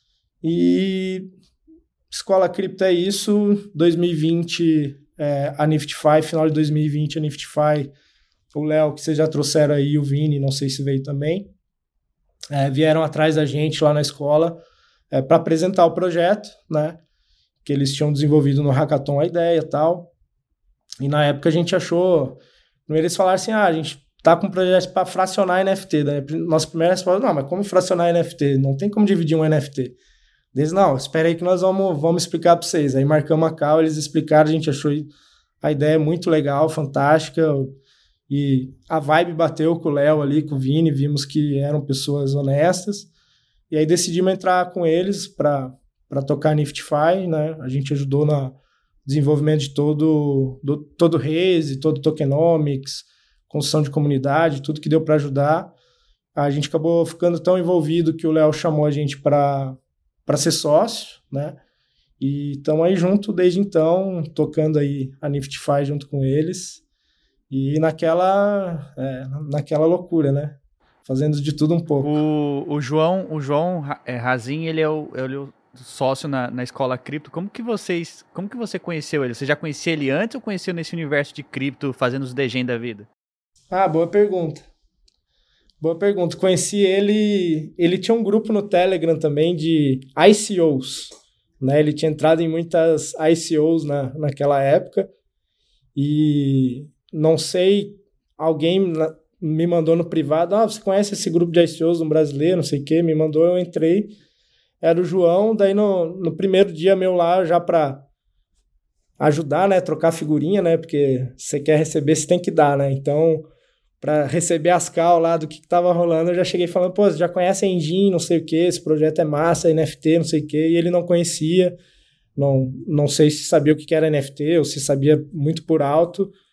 C: E Escola Cripto é isso, 2020 a Niftyfy, final de 2020 a Niftyfy, o Léo, que vocês já trouxeram aí, o Vini, não sei se veio também, vieram atrás da gente lá na escola para apresentar o projeto, né, que eles tinham desenvolvido no Hackathon a ideia e tal, e na época a gente achou, primeiro eles falaram assim, a gente tá com um projeto para fracionar NFT, né? Nossa primeira resposta, não, mas como fracionar NFT? Não tem como dividir um NFT. Eles, não, espera aí que nós vamos explicar para vocês. Aí marcamos a call, eles explicaram, a gente achou a ideia muito legal, fantástica, e a vibe bateu com o Léo ali, com o Vini, vimos que eram pessoas honestas, e aí decidimos entrar com eles para tocar a Niftyfy, né? A gente ajudou no desenvolvimento de todo o Raise, todo o Tokenomics, construção de comunidade, tudo que deu para ajudar. A gente acabou ficando tão envolvido que o Léo chamou a gente para ser sócio, né? E estamos aí junto desde então, tocando aí a Niftyfy junto com eles. E naquela loucura, né? Fazendo de tudo um pouco.
A: O João Razin, ele é o sócio na Escola Cripto. Como que você conheceu ele? Você já conhecia ele antes ou conheceu nesse universo de cripto, fazendo os degen da vida?
C: Boa pergunta. Boa pergunta. Conheci ele tinha um grupo no Telegram também de ICOs, né? Ele tinha entrado em muitas ICOs naquela época e não sei, alguém me mandou no privado, você conhece esse grupo de ICOs no brasileiro, não sei o que, me mandou, eu entrei, era o João, daí no primeiro dia meu lá, já para ajudar, né, trocar figurinha, né, porque você quer receber, você tem que dar, né, então, para receber as cal lá do que estava rolando, eu já cheguei falando, você já conhece a Engine, não sei o que, esse projeto é massa, NFT, não sei o que, e ele não conhecia, não sei se sabia o que era NFT, ou se sabia muito por alto,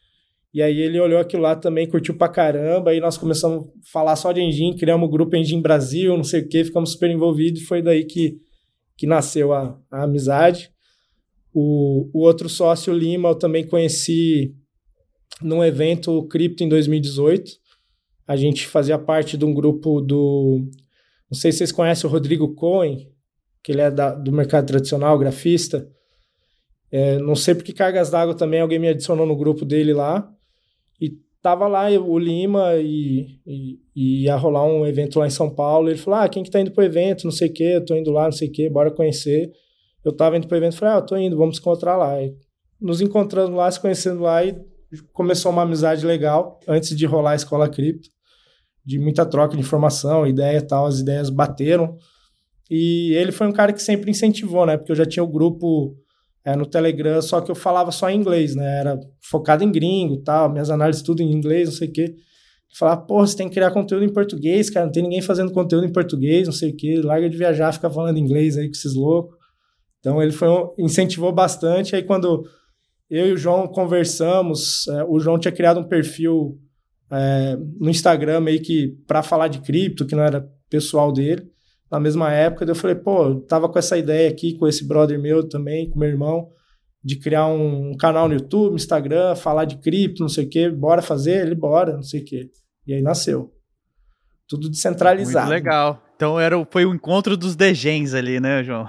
C: E aí ele olhou aquilo lá também, curtiu pra caramba, aí nós começamos a falar só de engine, criamos o grupo Engine Brasil, não sei o quê, ficamos super envolvidos, e foi daí que nasceu a amizade. O outro sócio, o Lima, eu também conheci num evento cripto em 2018. A gente fazia parte de um grupo do... Não sei se vocês conhecem o Rodrigo Cohen, que ele é do mercado tradicional, grafista. Não sei por que cargas d'água também, alguém me adicionou no grupo dele lá. E tava lá o Lima e ia rolar um evento lá em São Paulo. Ele falou, quem que tá indo pro evento? Não sei o quê, eu tô indo lá, não sei o quê, bora conhecer. Eu tava indo pro evento, falei, eu tô indo, vamos se encontrar lá. E nos encontrando lá, se conhecendo lá, e começou uma amizade legal, antes de rolar a Escola Cripto, de muita troca de informação, ideia e tal, as ideias bateram. E ele foi um cara que sempre incentivou, né? Porque eu já tinha o grupo no Telegram, só que eu falava só em inglês, né? Era focado em gringo e tal, minhas análises tudo em inglês, não sei o quê. Ele falava, você tem que criar conteúdo em português, cara, não tem ninguém fazendo conteúdo em português, não sei o quê, larga de viajar, fica falando inglês aí com esses loucos. Então ele incentivou bastante. Aí quando eu e o João conversamos, o João tinha criado um perfil no Instagram meio que para falar de cripto, que não era pessoal dele, na mesma época. Daí eu falei, eu tava com essa ideia aqui, com esse brother meu também, com meu irmão, de criar um canal no YouTube, Instagram, falar de cripto, não sei o quê, bora fazer? Ele, bora, não sei o quê. E aí nasceu. Tudo descentralizado.
A: Muito legal. Então foi o encontro dos degens ali, né, João?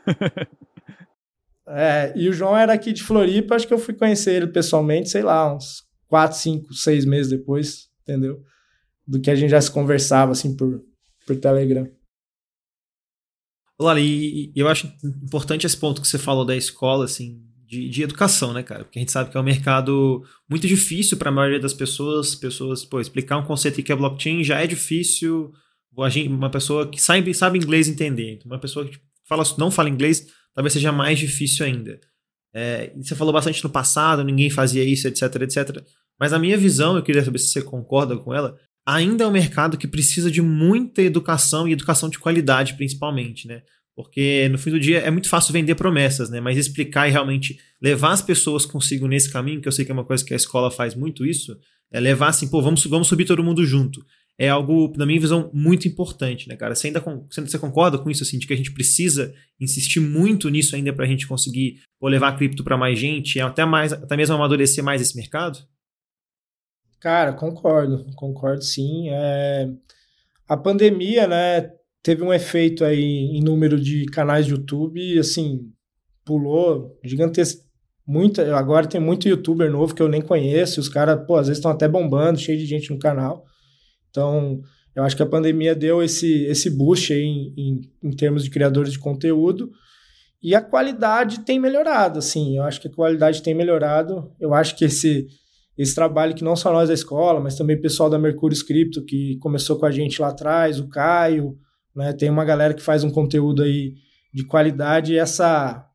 C: E o João era aqui de Floripa, acho que eu fui conhecer ele pessoalmente, sei lá, uns 4, 5, 6 meses depois, entendeu? Do que a gente já se conversava, assim, por Telegram.
B: Olha, e eu acho importante esse ponto que você falou da escola, assim, de educação, né, cara? Porque a gente sabe que é um mercado muito difícil para a maioria das pessoas, explicar um conceito que é blockchain já é difícil, uma pessoa que sabe inglês entender, então uma pessoa que não fala inglês talvez seja mais difícil ainda. Você falou bastante no passado, ninguém fazia isso, etc, etc. Mas a minha visão, eu queria saber se você concorda com ela, ainda é um mercado que precisa de muita educação e educação de qualidade, principalmente, né? Porque no fim do dia é muito fácil vender promessas, né? Mas explicar e realmente levar as pessoas consigo nesse caminho, que eu sei que é uma coisa que a escola faz muito isso, é levar assim, vamos subir todo mundo junto. É algo, na minha visão, muito importante, né, cara? Você concorda com isso, assim, de que a gente precisa insistir muito nisso ainda pra gente conseguir levar a cripto pra mais gente, até mesmo amadurecer mais esse mercado?
C: Cara, concordo sim. A pandemia, né, teve um efeito aí em número de canais de YouTube, assim, pulou gigantesco. Agora tem muito youtuber novo que eu nem conheço, os caras, às vezes estão até bombando, cheio de gente no canal. Então, eu acho que a pandemia deu esse boost aí em termos de criadores de conteúdo, e a qualidade tem melhorado, assim, eu acho que a qualidade tem melhorado. Eu acho que esse trabalho que não só nós da escola, mas também o pessoal da Mercúrio Cripto, que começou com a gente lá atrás, o Caio, né, tem uma galera que faz um conteúdo aí de qualidade, e essa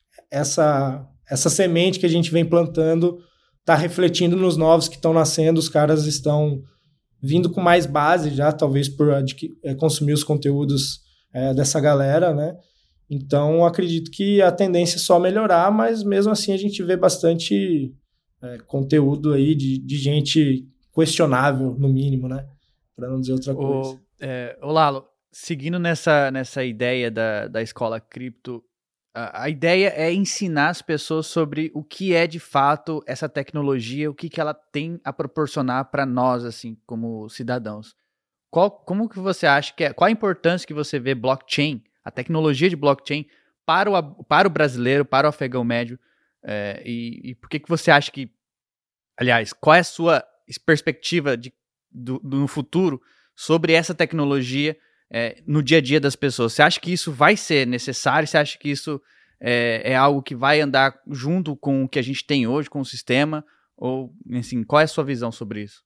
C: semente que a gente vem plantando está refletindo nos novos que estão nascendo. Os caras estão vindo com mais base já, talvez por consumir os conteúdos dessa galera, né? Então, acredito que a tendência é só melhorar, mas mesmo assim a gente vê bastante conteúdo aí de gente questionável, no mínimo, né? Para não dizer outra coisa.
A: Ô Lalo, seguindo nessa ideia da escola cripto, a ideia é ensinar as pessoas sobre o que é de fato essa tecnologia, o que ela tem a proporcionar para nós, assim, como cidadãos. Como que você acha qual a importância que você vê blockchain, a tecnologia de blockchain, para o brasileiro, para o afegão médio, e por que você acha que, aliás, qual é a sua perspectiva no futuro sobre essa tecnologia no dia a dia das pessoas? Você acha que isso vai ser necessário? Você acha que isso é algo que vai andar junto com o que a gente tem hoje, com o sistema? Ou, assim, qual é a sua visão sobre isso?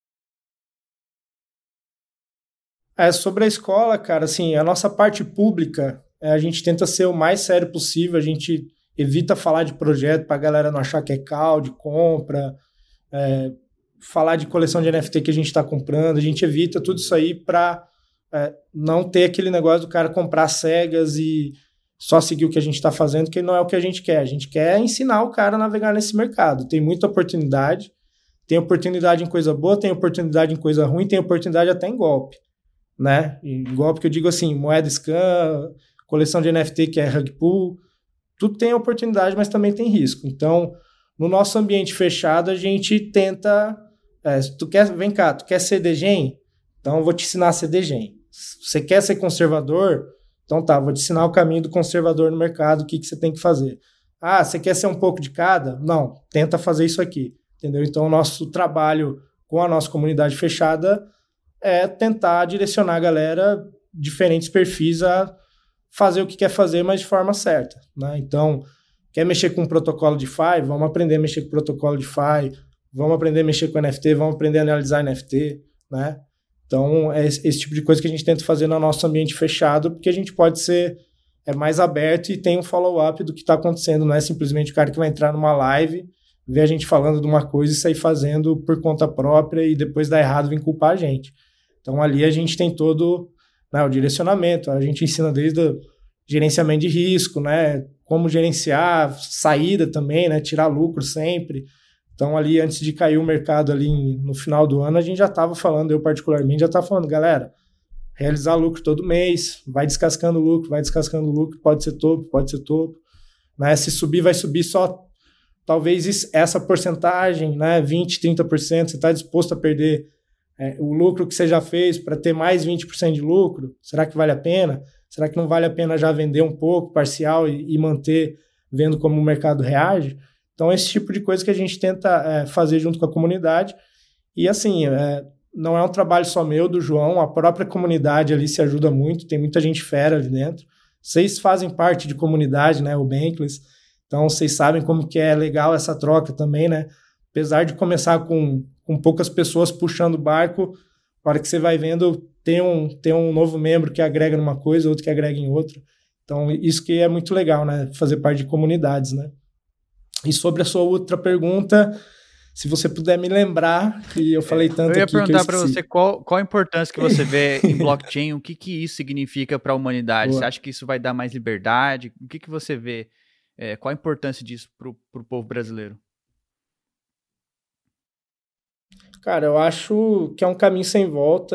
C: Sobre a escola, cara, assim, a nossa parte pública, a gente tenta ser o mais sério possível, a gente evita falar de projeto para a galera não achar que é call, de compra, falar de coleção de NFT que a gente está comprando, a gente evita tudo isso aí para não ter aquele negócio do cara comprar cegas e só seguir o que a gente está fazendo, que não é o que a gente quer. A gente quer ensinar o cara a navegar nesse mercado. Tem muita oportunidade, tem oportunidade em coisa boa, tem oportunidade em coisa ruim, tem oportunidade até em golpe, né? Em golpe que eu digo assim, moeda scam, coleção de NFT que é rug pull, tudo tem oportunidade, mas também tem risco. Então, no nosso ambiente fechado, a gente tenta... vem cá, tu quer ser degen? Então, eu vou te ensinar a ser degen. Você quer ser conservador? Então tá, vou te ensinar o caminho do conservador no mercado, o que você tem que fazer. Ah, você quer ser um pouco de cada? Não, tenta fazer isso aqui, entendeu? Então, o nosso trabalho com a nossa comunidade fechada é tentar direcionar a galera, diferentes perfis, a fazer o que quer fazer, mas de forma certa, né? Então, quer mexer com o protocolo DeFi? Vamos aprender a mexer com o protocolo DeFi, vamos aprender a mexer com NFT, vamos aprender a analisar NFT, né? Então, é esse tipo de coisa que a gente tenta fazer no nosso ambiente fechado, porque a gente pode ser mais aberto e tem um follow-up do que está acontecendo, não é simplesmente o cara que vai entrar numa live, ver a gente falando de uma coisa e sair fazendo por conta própria e depois dar errado vir culpar a gente. Então, ali a gente tem todo, né, o direcionamento, a gente ensina desde o gerenciamento de risco, né, como gerenciar, saída também, né, tirar lucro sempre. Então, ali, antes de cair o mercado ali no final do ano, a gente já estava falando, eu particularmente já estava falando, galera, realizar lucro todo mês, vai descascando lucro, pode ser topo, né? Se subir, vai subir só, talvez essa porcentagem, né, 20%, 30%, você está disposto a perder o lucro que você já fez para ter mais 20% de lucro? Será que vale a pena? Será que não vale a pena já vender um pouco, parcial, e manter, vendo como o mercado reage? Então, esse tipo de coisa que a gente tenta fazer junto com a comunidade. E, assim, não é um trabalho só meu, do João, a própria comunidade ali se ajuda muito, tem muita gente fera ali dentro. Vocês fazem parte de comunidade, né, o Bankless, então vocês sabem como que é legal essa troca também, né? Apesar de começar com poucas pessoas puxando o barco, na hora que você vai vendo, tem um novo membro que agrega numa coisa, outro que agrega em outra. Então, isso que é muito legal, né? Fazer parte de comunidades, né? E sobre a sua outra pergunta, se você puder me lembrar, que eu falei tanto aqui que eu esqueci. Eu ia perguntar para
A: você qual a importância que você vê em blockchain, o que isso significa para a humanidade? Boa. Você acha que isso vai dar mais liberdade? O que você vê? Qual a importância disso para o povo brasileiro?
C: Cara, eu acho que é um caminho sem volta.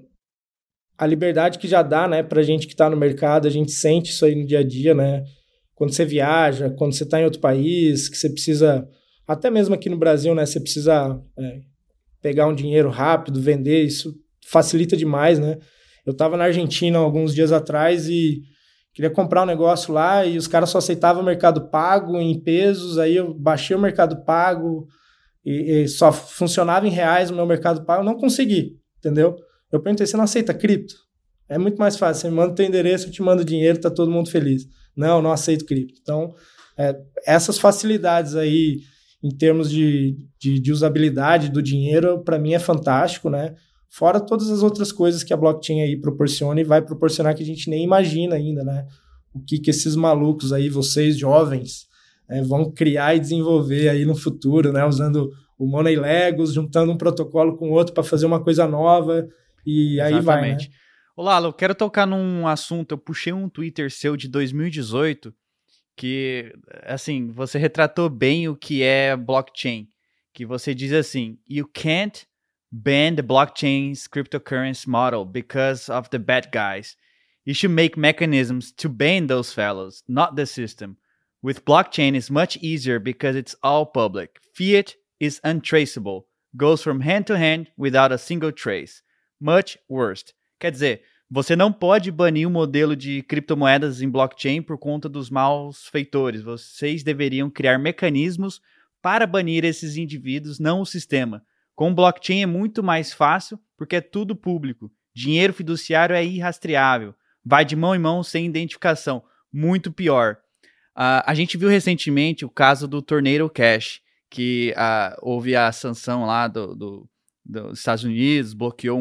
C: A liberdade que já dá, né, pra gente que tá no mercado, a gente sente isso aí no dia a dia, né? Quando você viaja, quando você tá em outro país, que você precisa, até mesmo aqui no Brasil, né, você precisa pegar um dinheiro rápido, vender, isso facilita demais, né? Eu tava na Argentina alguns dias atrás e queria comprar um negócio lá e os caras só aceitavam o Mercado Pago em pesos, aí eu baixei o Mercado Pago e só funcionava em reais o meu Mercado Pago, eu não consegui, entendeu? Eu perguntei, você não aceita cripto? É muito mais fácil, você me manda o teu endereço, eu te mando dinheiro, tá todo mundo feliz. Não aceito cripto. Então, essas facilidades aí, em termos de usabilidade do dinheiro, para mim é fantástico, né? Fora todas as outras coisas que a blockchain aí proporciona e vai proporcionar que a gente nem imagina ainda, né? O que esses malucos aí, vocês jovens, vão criar e desenvolver aí no futuro, né? Usando o Money Legos, juntando um protocolo com outro para fazer uma coisa nova e aí
A: Exatamente.
C: vai, né?
A: Ô Lalo, eu quero tocar num assunto, eu puxei um Twitter seu de 2018 que, assim, você retratou bem o que é blockchain, que você diz assim, you can't ban the blockchain's cryptocurrency model because of the bad guys. You should make mechanisms to ban those fellows, not the system. With blockchain, it's much easier because it's all public. Fiat is untraceable, goes from hand to hand without a single trace. Much worse. Quer dizer, você não pode banir o modelo de criptomoedas em blockchain por conta dos maus feitores. Vocês deveriam criar mecanismos para banir esses indivíduos, não o sistema. Com blockchain é muito mais fácil porque é tudo público. Dinheiro fiduciário é irrastreável. Vai de mão em mão sem identificação. Muito pior. A gente viu recentemente o caso do Tornado Cash, que houve a sanção lá dos Estados Unidos, bloqueou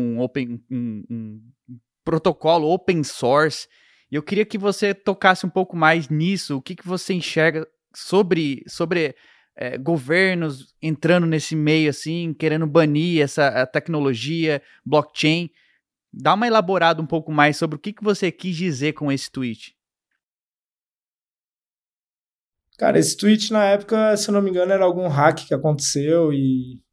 A: um protocolo open source. E eu queria que você tocasse um pouco mais nisso. O que você enxerga sobre governos entrando nesse meio, assim, querendo banir a tecnologia, blockchain. Dá uma elaborada um pouco mais sobre o que você quis dizer com esse tweet.
C: Cara, esse tweet na época, se eu não me engano, era algum hack que aconteceu e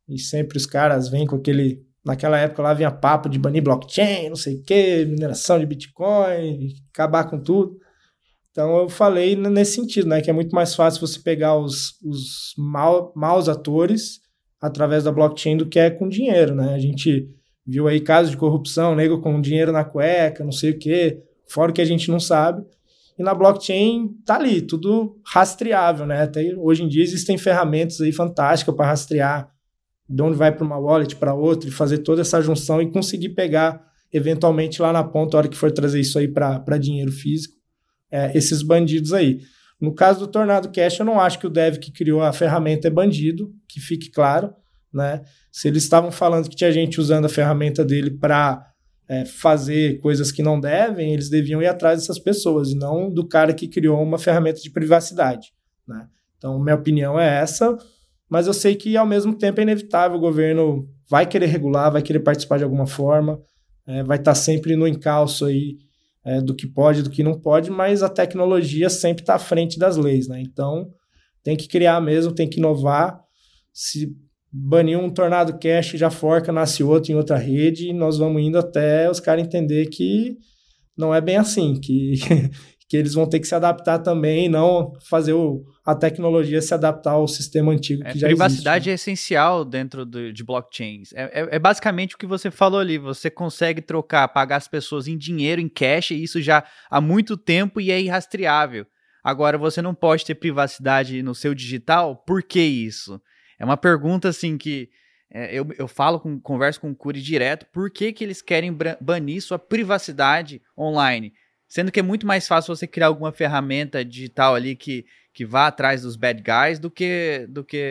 C: e sempre os caras vêm com aquele... Naquela época lá vinha papo de banir blockchain, não sei o quê, mineração de Bitcoin, acabar com tudo. Então eu falei nesse sentido, né, que é muito mais fácil você pegar os maus atores através da blockchain do que é com dinheiro, né? A gente viu aí casos de corrupção, nego com dinheiro na cueca, não sei o quê, fora o que a gente não sabe. E na blockchain tá ali, tudo rastreável, né? Até hoje em dia existem ferramentas aí fantásticas para rastrear de onde vai para uma wallet, para outra, e fazer toda essa junção e conseguir pegar, eventualmente, lá na ponta, a hora que for trazer isso aí para dinheiro físico, esses bandidos aí. No caso do Tornado Cash, eu não acho que o dev que criou a ferramenta é bandido, que fique claro, né? Se eles estavam falando que tinha gente usando a ferramenta dele para fazer coisas que não devem, eles deviam ir atrás dessas pessoas, e não do cara que criou uma ferramenta de privacidade, né? Então, minha opinião é essa, mas eu sei que, ao mesmo tempo, é inevitável, o governo vai querer regular, vai querer participar de alguma forma, vai estar sempre no encalço aí, do que pode, do que não pode, mas a tecnologia sempre está à frente das leis, né? Então, tem que criar mesmo, tem que inovar. Se banir um Tornado Cash, já forca, nasce outro em outra rede, e nós vamos indo até os caras entender que não é bem assim, que eles vão ter que se adaptar também, não fazer a tecnologia se adaptar ao sistema antigo que já existe.
A: Privacidade é essencial dentro de blockchains. É basicamente o que você falou ali. Você consegue pagar as pessoas em dinheiro, em cash, e isso já há muito tempo e é irrastreável. Agora, você não pode ter privacidade no seu digital? Por que isso? É uma pergunta assim que eu converso com o Curi direto. Por que eles querem banir sua privacidade online? Sendo que é muito mais fácil você criar alguma ferramenta digital ali que vá atrás dos bad guys do que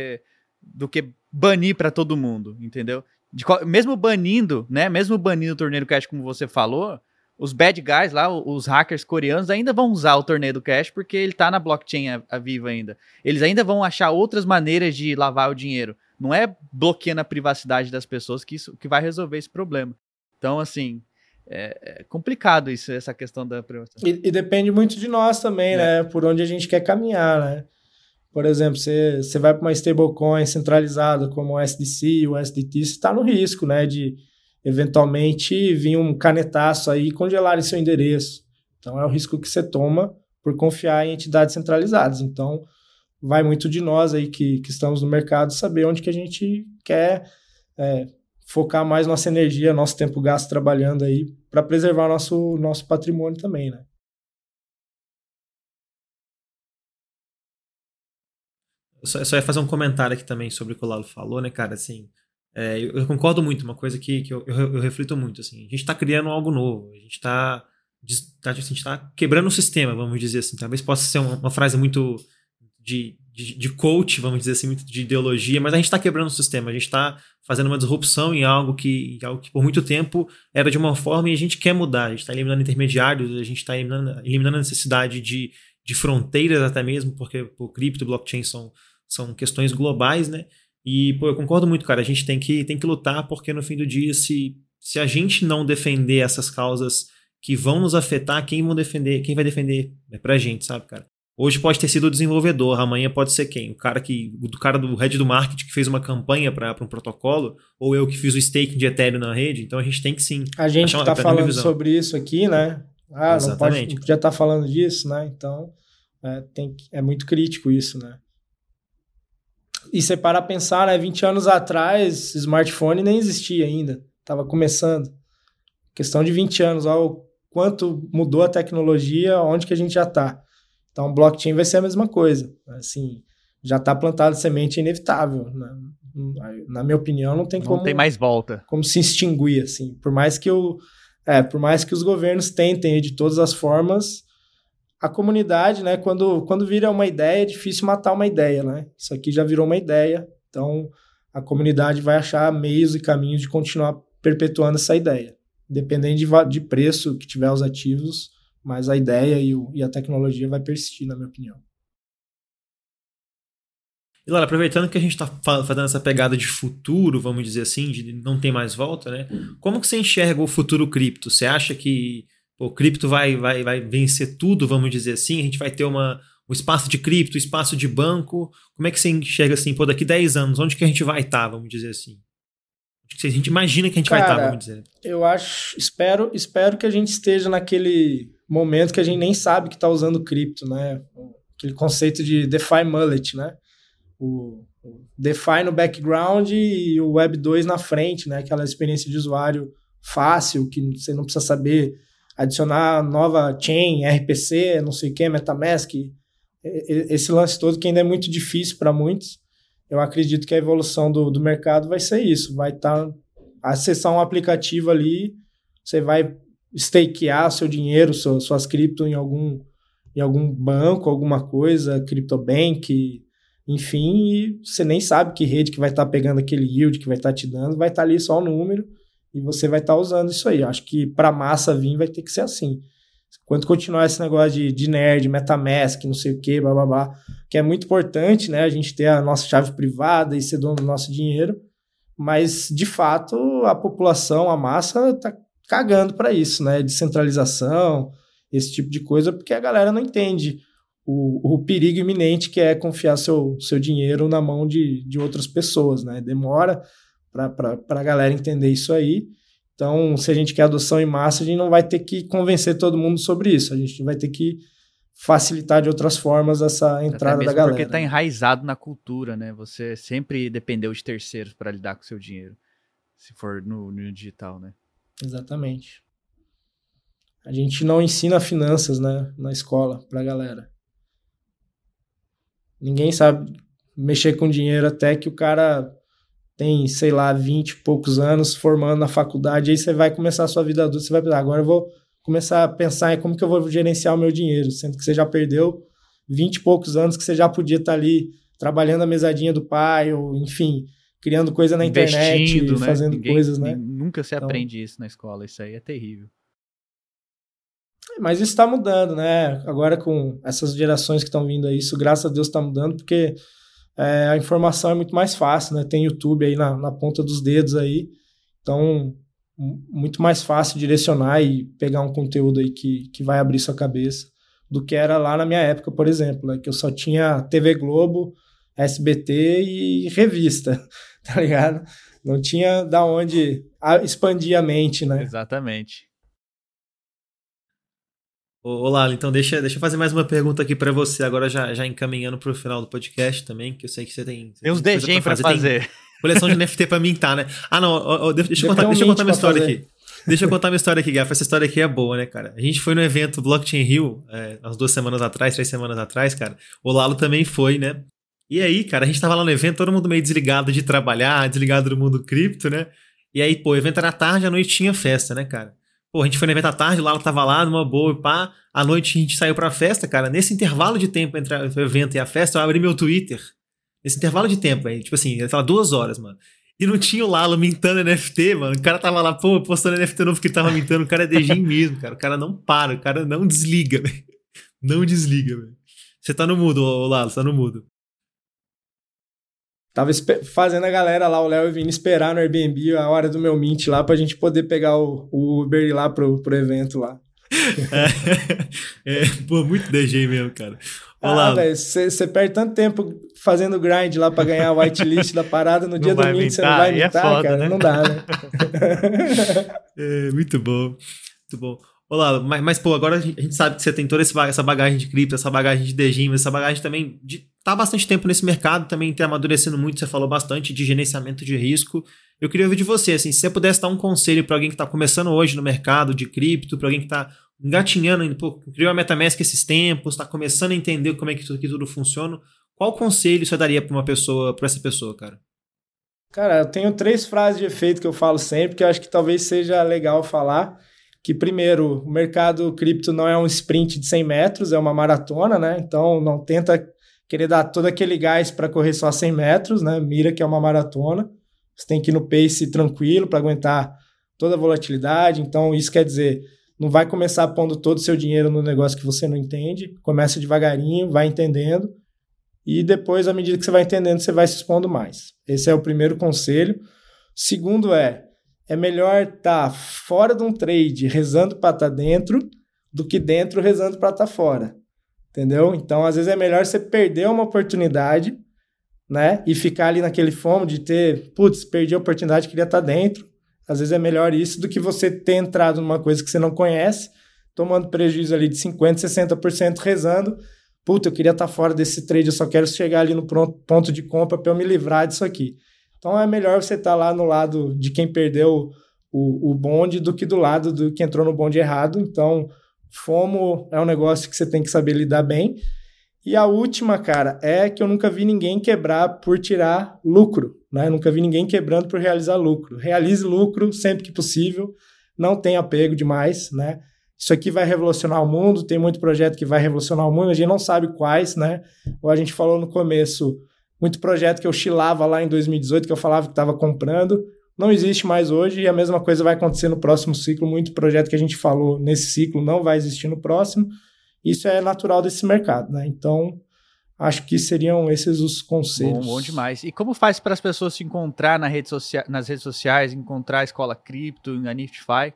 A: banir para todo mundo, entendeu? Mesmo banindo, né? Mesmo banindo o Torneio do Cash, como você falou, os bad guys lá, os hackers coreanos, ainda vão usar o Torneio do Cash porque ele tá na blockchain viva ainda. Eles ainda vão achar outras maneiras de lavar o dinheiro. Não é bloqueando a privacidade das pessoas que vai resolver esse problema. Então, assim... É complicado isso, essa questão da privacidade.
C: E depende muito de nós também, né? Por onde a gente quer caminhar, né? Por exemplo, você vai para uma stablecoin centralizada como o SDC, o SDT, você está no risco, né? De eventualmente vir um canetaço aí e congelar seu endereço. Então é o risco que você toma por confiar em entidades centralizadas. Então vai muito de nós aí que estamos no mercado saber onde que a gente quer focar mais nossa energia, nosso tempo gasto trabalhando aí para preservar nosso patrimônio também, né?
B: Eu só ia fazer um comentário aqui também sobre o que o Lalo falou, né, cara, assim, eu concordo muito, uma coisa que eu reflito muito, assim, a gente tá criando algo novo, a gente tá quebrando o sistema, vamos dizer assim, talvez possa ser uma frase muito de coach, vamos dizer assim, muito de ideologia, mas a gente está quebrando o sistema, a gente está fazendo uma disrupção em algo que por muito tempo era de uma forma e a gente quer mudar, a gente está eliminando intermediários, a gente está eliminando a necessidade de fronteiras até mesmo, porque o cripto e blockchain são questões globais, né? E, eu concordo muito, cara, a gente tem que lutar, porque no fim do dia, se a gente não defender essas causas que vão nos afetar, quem vai defender pra gente, sabe, cara? Hoje pode ter sido o desenvolvedor, amanhã pode ser quem? O cara do head do marketing que fez uma campanha para um protocolo, ou eu que fiz o staking de Ethereum na rede. Então a gente tem que sim...
C: A gente está falando sobre isso aqui, né?
B: Exatamente.
C: Não podia estar falando disso, né? Então é muito crítico isso, né? E você para pensar, né? 20 anos atrás, smartphone nem existia ainda. Estava começando. Questão de 20 anos, olha o quanto mudou a tecnologia, onde que a gente já está. Então, blockchain vai ser a mesma coisa. Assim, já está plantada semente, é inevitável. Né? Na minha opinião, não tem
A: mais volta.
C: Como se extinguir, assim. Por mais que os governos tentem de todas as formas, a comunidade, né, quando vira uma ideia, é difícil matar uma ideia, né? Isso aqui já virou uma ideia, então a comunidade vai achar meios e caminhos de continuar perpetuando essa ideia. Independente de preço que tiver os ativos, mas a ideia e a tecnologia vai persistir, na minha opinião.
B: E Lara, aproveitando que a gente está fazendo essa pegada de futuro, vamos dizer assim, de não ter mais volta, né? Como que você enxerga o futuro cripto? Você acha que o cripto vai vencer tudo, vamos dizer assim? A gente vai ter uma o espaço de cripto, o espaço de banco? Como é que você enxerga assim, pô, daqui 10 anos, onde que a gente vai estar, vamos dizer assim? Onde que a gente imagina que a gente vai estar, vamos dizer?
C: Eu espero que a gente esteja naquele momento que a gente nem sabe que está usando cripto, né? Aquele conceito de DeFi Mullet, né? O DeFi no background e o Web 2 na frente, né? Aquela experiência de usuário fácil, que você não precisa saber adicionar nova chain, RPC, não sei o que, MetaMask, esse lance todo que ainda é muito difícil para muitos. Eu acredito que a evolução do mercado vai ser isso, vai acessar um aplicativo ali, você vai stakear seu dinheiro, suas cripto em algum banco, alguma coisa, CryptoBank, enfim, e você nem sabe que rede que vai estar pegando aquele yield que vai estar te dando, vai estar ali só o número e você vai estar usando isso aí. Acho que para a massa vir vai ter que ser assim. Quando continuar esse negócio de nerd, MetaMask, não sei o que, blá, que é muito importante, né, a gente ter a nossa chave privada e ser dono do nosso dinheiro, mas, de fato, a população, a massa, está cagando para isso, né, descentralização, esse tipo de coisa, porque a galera não entende o perigo iminente que é confiar seu dinheiro na mão de outras pessoas, né, demora para a galera entender isso aí. Então, se a gente quer adoção em massa, a gente não vai ter que convencer todo mundo sobre isso. A gente vai ter que facilitar de outras formas essa entrada da galera.
A: Porque está enraizado na cultura, né? Você sempre dependeu de terceiros para lidar com o seu dinheiro, se for no digital, né?
C: Exatamente. A gente não ensina finanças, né, na escola para a galera. Ninguém sabe mexer com dinheiro até que o cara tem, sei lá, 20 e poucos anos formando na faculdade, aí você vai começar a sua vida adulta, você vai pensar, agora eu vou começar a pensar em como que eu vou gerenciar o meu dinheiro, sendo que você já perdeu 20 e poucos anos que você já podia estar ali trabalhando a mesadinha do pai, ou enfim, criando coisa na internet,
A: né?
C: Fazendo coisas, né?
A: Nunca se aprende isso na escola, isso aí é terrível.
C: Mas isso está mudando, né? Agora com essas gerações que estão vindo aí, isso graças a Deus está mudando, porque a informação é muito mais fácil, né? Tem YouTube aí na ponta dos dedos aí, então muito mais fácil direcionar e pegar um conteúdo aí que vai abrir sua cabeça do que era lá na minha época, por exemplo, né? Que eu só tinha TV Globo, SBT e revista, tá ligado? Não tinha da onde expandir a mente, né?
A: Exatamente.
B: Ô Lalo, então deixa eu fazer mais uma pergunta aqui pra você, agora já encaminhando pro final do podcast também, que eu sei que você tem
A: uns DGs pra fazer.
B: Tem coleção de NFT pra mintar, né? Ah, não, deixa eu contar uma história aqui. Deixa eu contar uma história aqui, Gafa. Essa história aqui é boa, né, cara? A gente foi no evento Blockchain Rio, umas 3 semanas atrás, cara. O Lalo também foi, né? E aí, cara, a gente tava lá no evento, todo mundo meio desligado de trabalhar, desligado do mundo cripto, né? E aí, pô, o evento era tarde, à noite tinha festa, né, cara? Pô, a gente foi no evento à tarde, o Lalo tava lá, numa boa e pá. À noite a gente saiu pra festa, cara. Nesse intervalo de tempo entre o evento e a festa, eu abri meu Twitter. Nesse intervalo de tempo, aí, tipo assim, sei lá, 2 horas, mano. E não tinha o Lalo mintando NFT, mano. O cara tava lá, pô, postando NFT novo que ele tava mintando. O cara é DG mesmo, cara. O cara não para, o cara não desliga, velho. Não desliga, velho. Você tá no mudo, Lalo, você tá no mudo.
C: Tava fazendo a galera lá, o Léo e o Vini, esperar no Airbnb a hora do meu mint lá pra gente poder pegar o Uber e ir lá pro evento lá.
B: Pô, muito DG mesmo, cara. Olá,
C: velho, você perde tanto tempo fazendo grind lá pra ganhar a whitelist da parada, no dia do mint você não vai mintar, cara, né? Não dá, né?
B: Muito bom, muito bom. Olá, mas pô, agora a gente sabe que você tem toda essa bagagem de cripto, essa bagagem de DGIM, essa bagagem também de tá há bastante tempo nesse mercado, também tem amadurecendo muito, você falou bastante de gerenciamento de risco. Eu queria ouvir de você, assim, se você pudesse dar um conselho para alguém que está começando hoje no mercado de cripto, para alguém que está engatinhando, pô, criou a MetaMask esses tempos, está começando a entender como é que tudo funciona, qual conselho você daria para essa pessoa, cara?
C: Cara, eu tenho 3 frases de efeito que eu falo sempre, que eu acho que talvez seja legal falar. Que, primeiro, o mercado cripto não é um sprint de 100 metros, é uma maratona, né? Então, não tenta querer dar todo aquele gás para correr só 100 metros, né? Mira que é uma maratona. Você tem que ir no pace tranquilo para aguentar toda a volatilidade. Então, isso quer dizer, não vai começar pondo todo o seu dinheiro no negócio que você não entende. Começa devagarinho, vai entendendo. E depois, à medida que você vai entendendo, você vai se expondo mais. Esse é o primeiro conselho. Segundo é melhor estar fora de um trade rezando para estar dentro do que dentro rezando para estar fora. entendeu? Então, às vezes é melhor você perder uma oportunidade, né? E ficar ali naquele fomo de ter, putz, perdi a oportunidade, queria estar dentro. Às vezes é melhor isso do que você ter entrado numa coisa que você não conhece, tomando prejuízo ali de 50%, 60%, rezando. Puta, eu queria estar fora desse trade, eu só quero chegar ali no ponto de compra para eu me livrar disso aqui. Então é melhor você estar lá no lado de quem perdeu o bonde do que do lado do que entrou no bonde errado. Então, FOMO é um negócio que você tem que saber lidar bem. E a última, cara, é que eu nunca vi ninguém quebrar por tirar lucro, né? Nunca vi ninguém quebrando por realizar lucro. Realize lucro sempre que possível, não tenha apego demais, né? Isso aqui vai revolucionar o mundo, tem muito projeto que vai revolucionar o mundo, a gente não sabe quais, né? Ou a gente falou no começo, muito projeto que eu chilava lá em 2018, que eu falava que estava comprando, não existe mais hoje, e a mesma coisa vai acontecer no próximo ciclo. Muito projeto que a gente falou nesse ciclo não vai existir no próximo. Isso é natural desse mercado, né? Então, acho que seriam esses os conselhos.
A: Bom demais. E como faz para as pessoas se encontrar nas redes sociais, encontrar a Escola Cripto, na NiftyFi?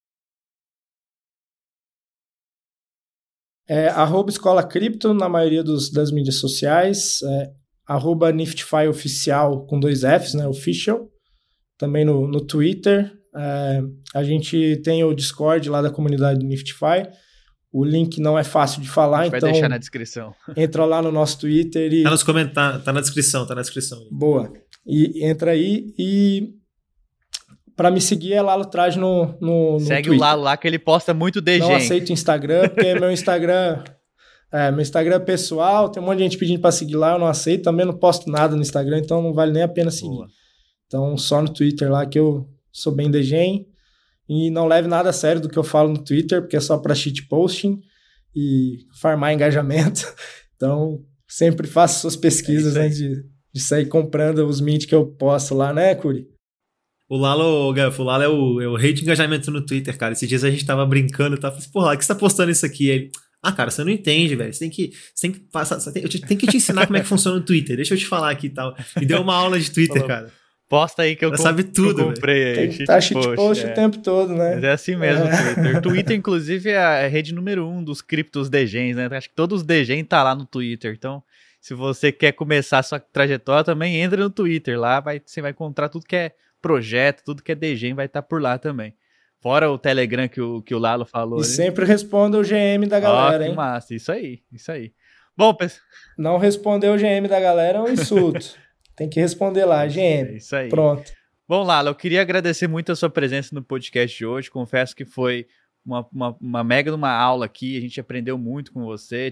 C: @Escola Cripto na maioria das mídias sociais, @NiftyFi Oficial com 2 Fs, né? Official. Também no Twitter. A gente tem o Discord lá da comunidade do NiftyFi. O link não é fácil de falar,
A: a gente
C: então...
A: vai deixar na descrição.
C: Entra lá no nosso Twitter e...
B: Tá nos comentários, tá na descrição.
C: Boa. E entra aí e... Pra me seguir é Lalo Traj no
A: Segue
C: Twitter.
A: o Lalo lá que ele posta muito DG.
C: Não aceito Instagram, porque meu Instagram é pessoal, tem um monte de gente pedindo pra seguir lá, eu não aceito, também não posto nada no Instagram, então não vale nem a pena seguir.
A: Boa.
C: Então só no Twitter lá que eu sou bem DG e não leve nada a sério do que eu falo no Twitter, porque é só pra shitposting e farmar engajamento. Então sempre faço suas pesquisas antes de sair comprando os mint que eu posto lá, né, Curi?
B: O Lalo, Gaf, é o rei de engajamento no Twitter, cara. Esses dias a gente tava brincando e tava falando, porra, que você tá postando isso aqui? Aí ele, cara, você não entende, velho. Você tem que passar, eu tenho que te ensinar como é que funciona o Twitter. Deixa eu te falar aqui e tal. E deu uma aula de Twitter, cara.
A: Posta aí que eu
B: sabe tudo,
A: eu comprei aí.
C: Tem que estar shitpost o tempo todo, né?
A: Mas é assim mesmo o Twitter. Twitter, inclusive, é a rede número 1 dos criptos DGens, né? Acho que todos os DGens tá lá no Twitter. Então, se você quer começar a sua trajetória, também entra no Twitter. Lá você vai encontrar tudo que é projeto, tudo que é DGen vai estar por lá também. Fora o Telegram que o Lalo falou.
C: E sempre responda o GM da galera,
A: que
C: hein?
A: massa, isso aí. Bom, pessoal...
C: Não responder o GM da galera é um insulto. Tem que responder lá, GM.
A: É isso aí.
C: Pronto.
A: Bom, Lalo, eu queria agradecer muito a sua presença no podcast de hoje. Confesso que foi uma mega de uma aula aqui. A gente aprendeu muito com você.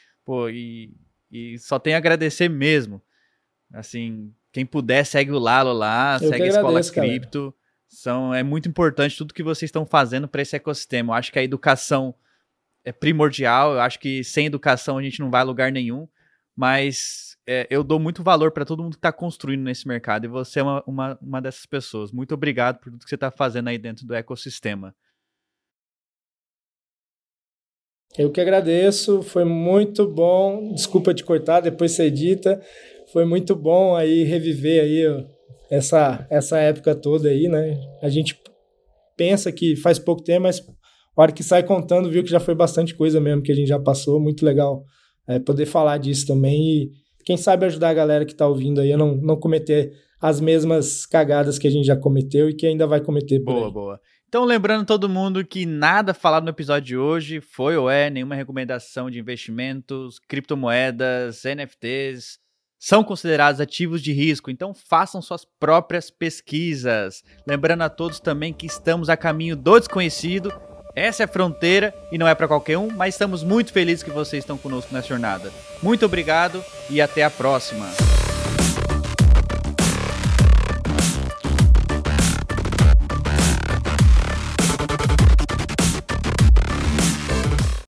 A: E só tenho a agradecer mesmo. Assim, quem puder, segue o Lalo lá, segue a Escola Cripto. É muito importante tudo que vocês estão fazendo para esse ecossistema. Eu acho que a educação é primordial. Eu acho que sem educação a gente não vai a lugar nenhum. Mas eu dou muito valor para todo mundo que está construindo nesse mercado. E você é uma dessas pessoas. Muito obrigado por tudo que você está fazendo aí dentro do ecossistema.
C: Eu que agradeço. Foi muito bom. Desculpa te cortar, depois você edita. Foi muito bom aí reviver aí essa época toda aí, né? A gente pensa que faz pouco tempo, mas a hora que sai contando, viu que já foi bastante coisa mesmo que a gente já passou. Muito legal poder falar disso também e quem sabe ajudar a galera que está ouvindo aí a não cometer as mesmas cagadas que a gente já cometeu e que ainda vai cometer por aí.
A: Boa. Então, lembrando todo mundo que nada falado no episódio de hoje foi ou é nenhuma recomendação de investimentos, criptomoedas, NFTs, são considerados ativos de risco, então façam suas próprias pesquisas. Lembrando a todos também que estamos a caminho do desconhecido, essa é a fronteira e não é para qualquer um, mas estamos muito felizes que vocês estão conosco nessa jornada. Muito obrigado e até a próxima.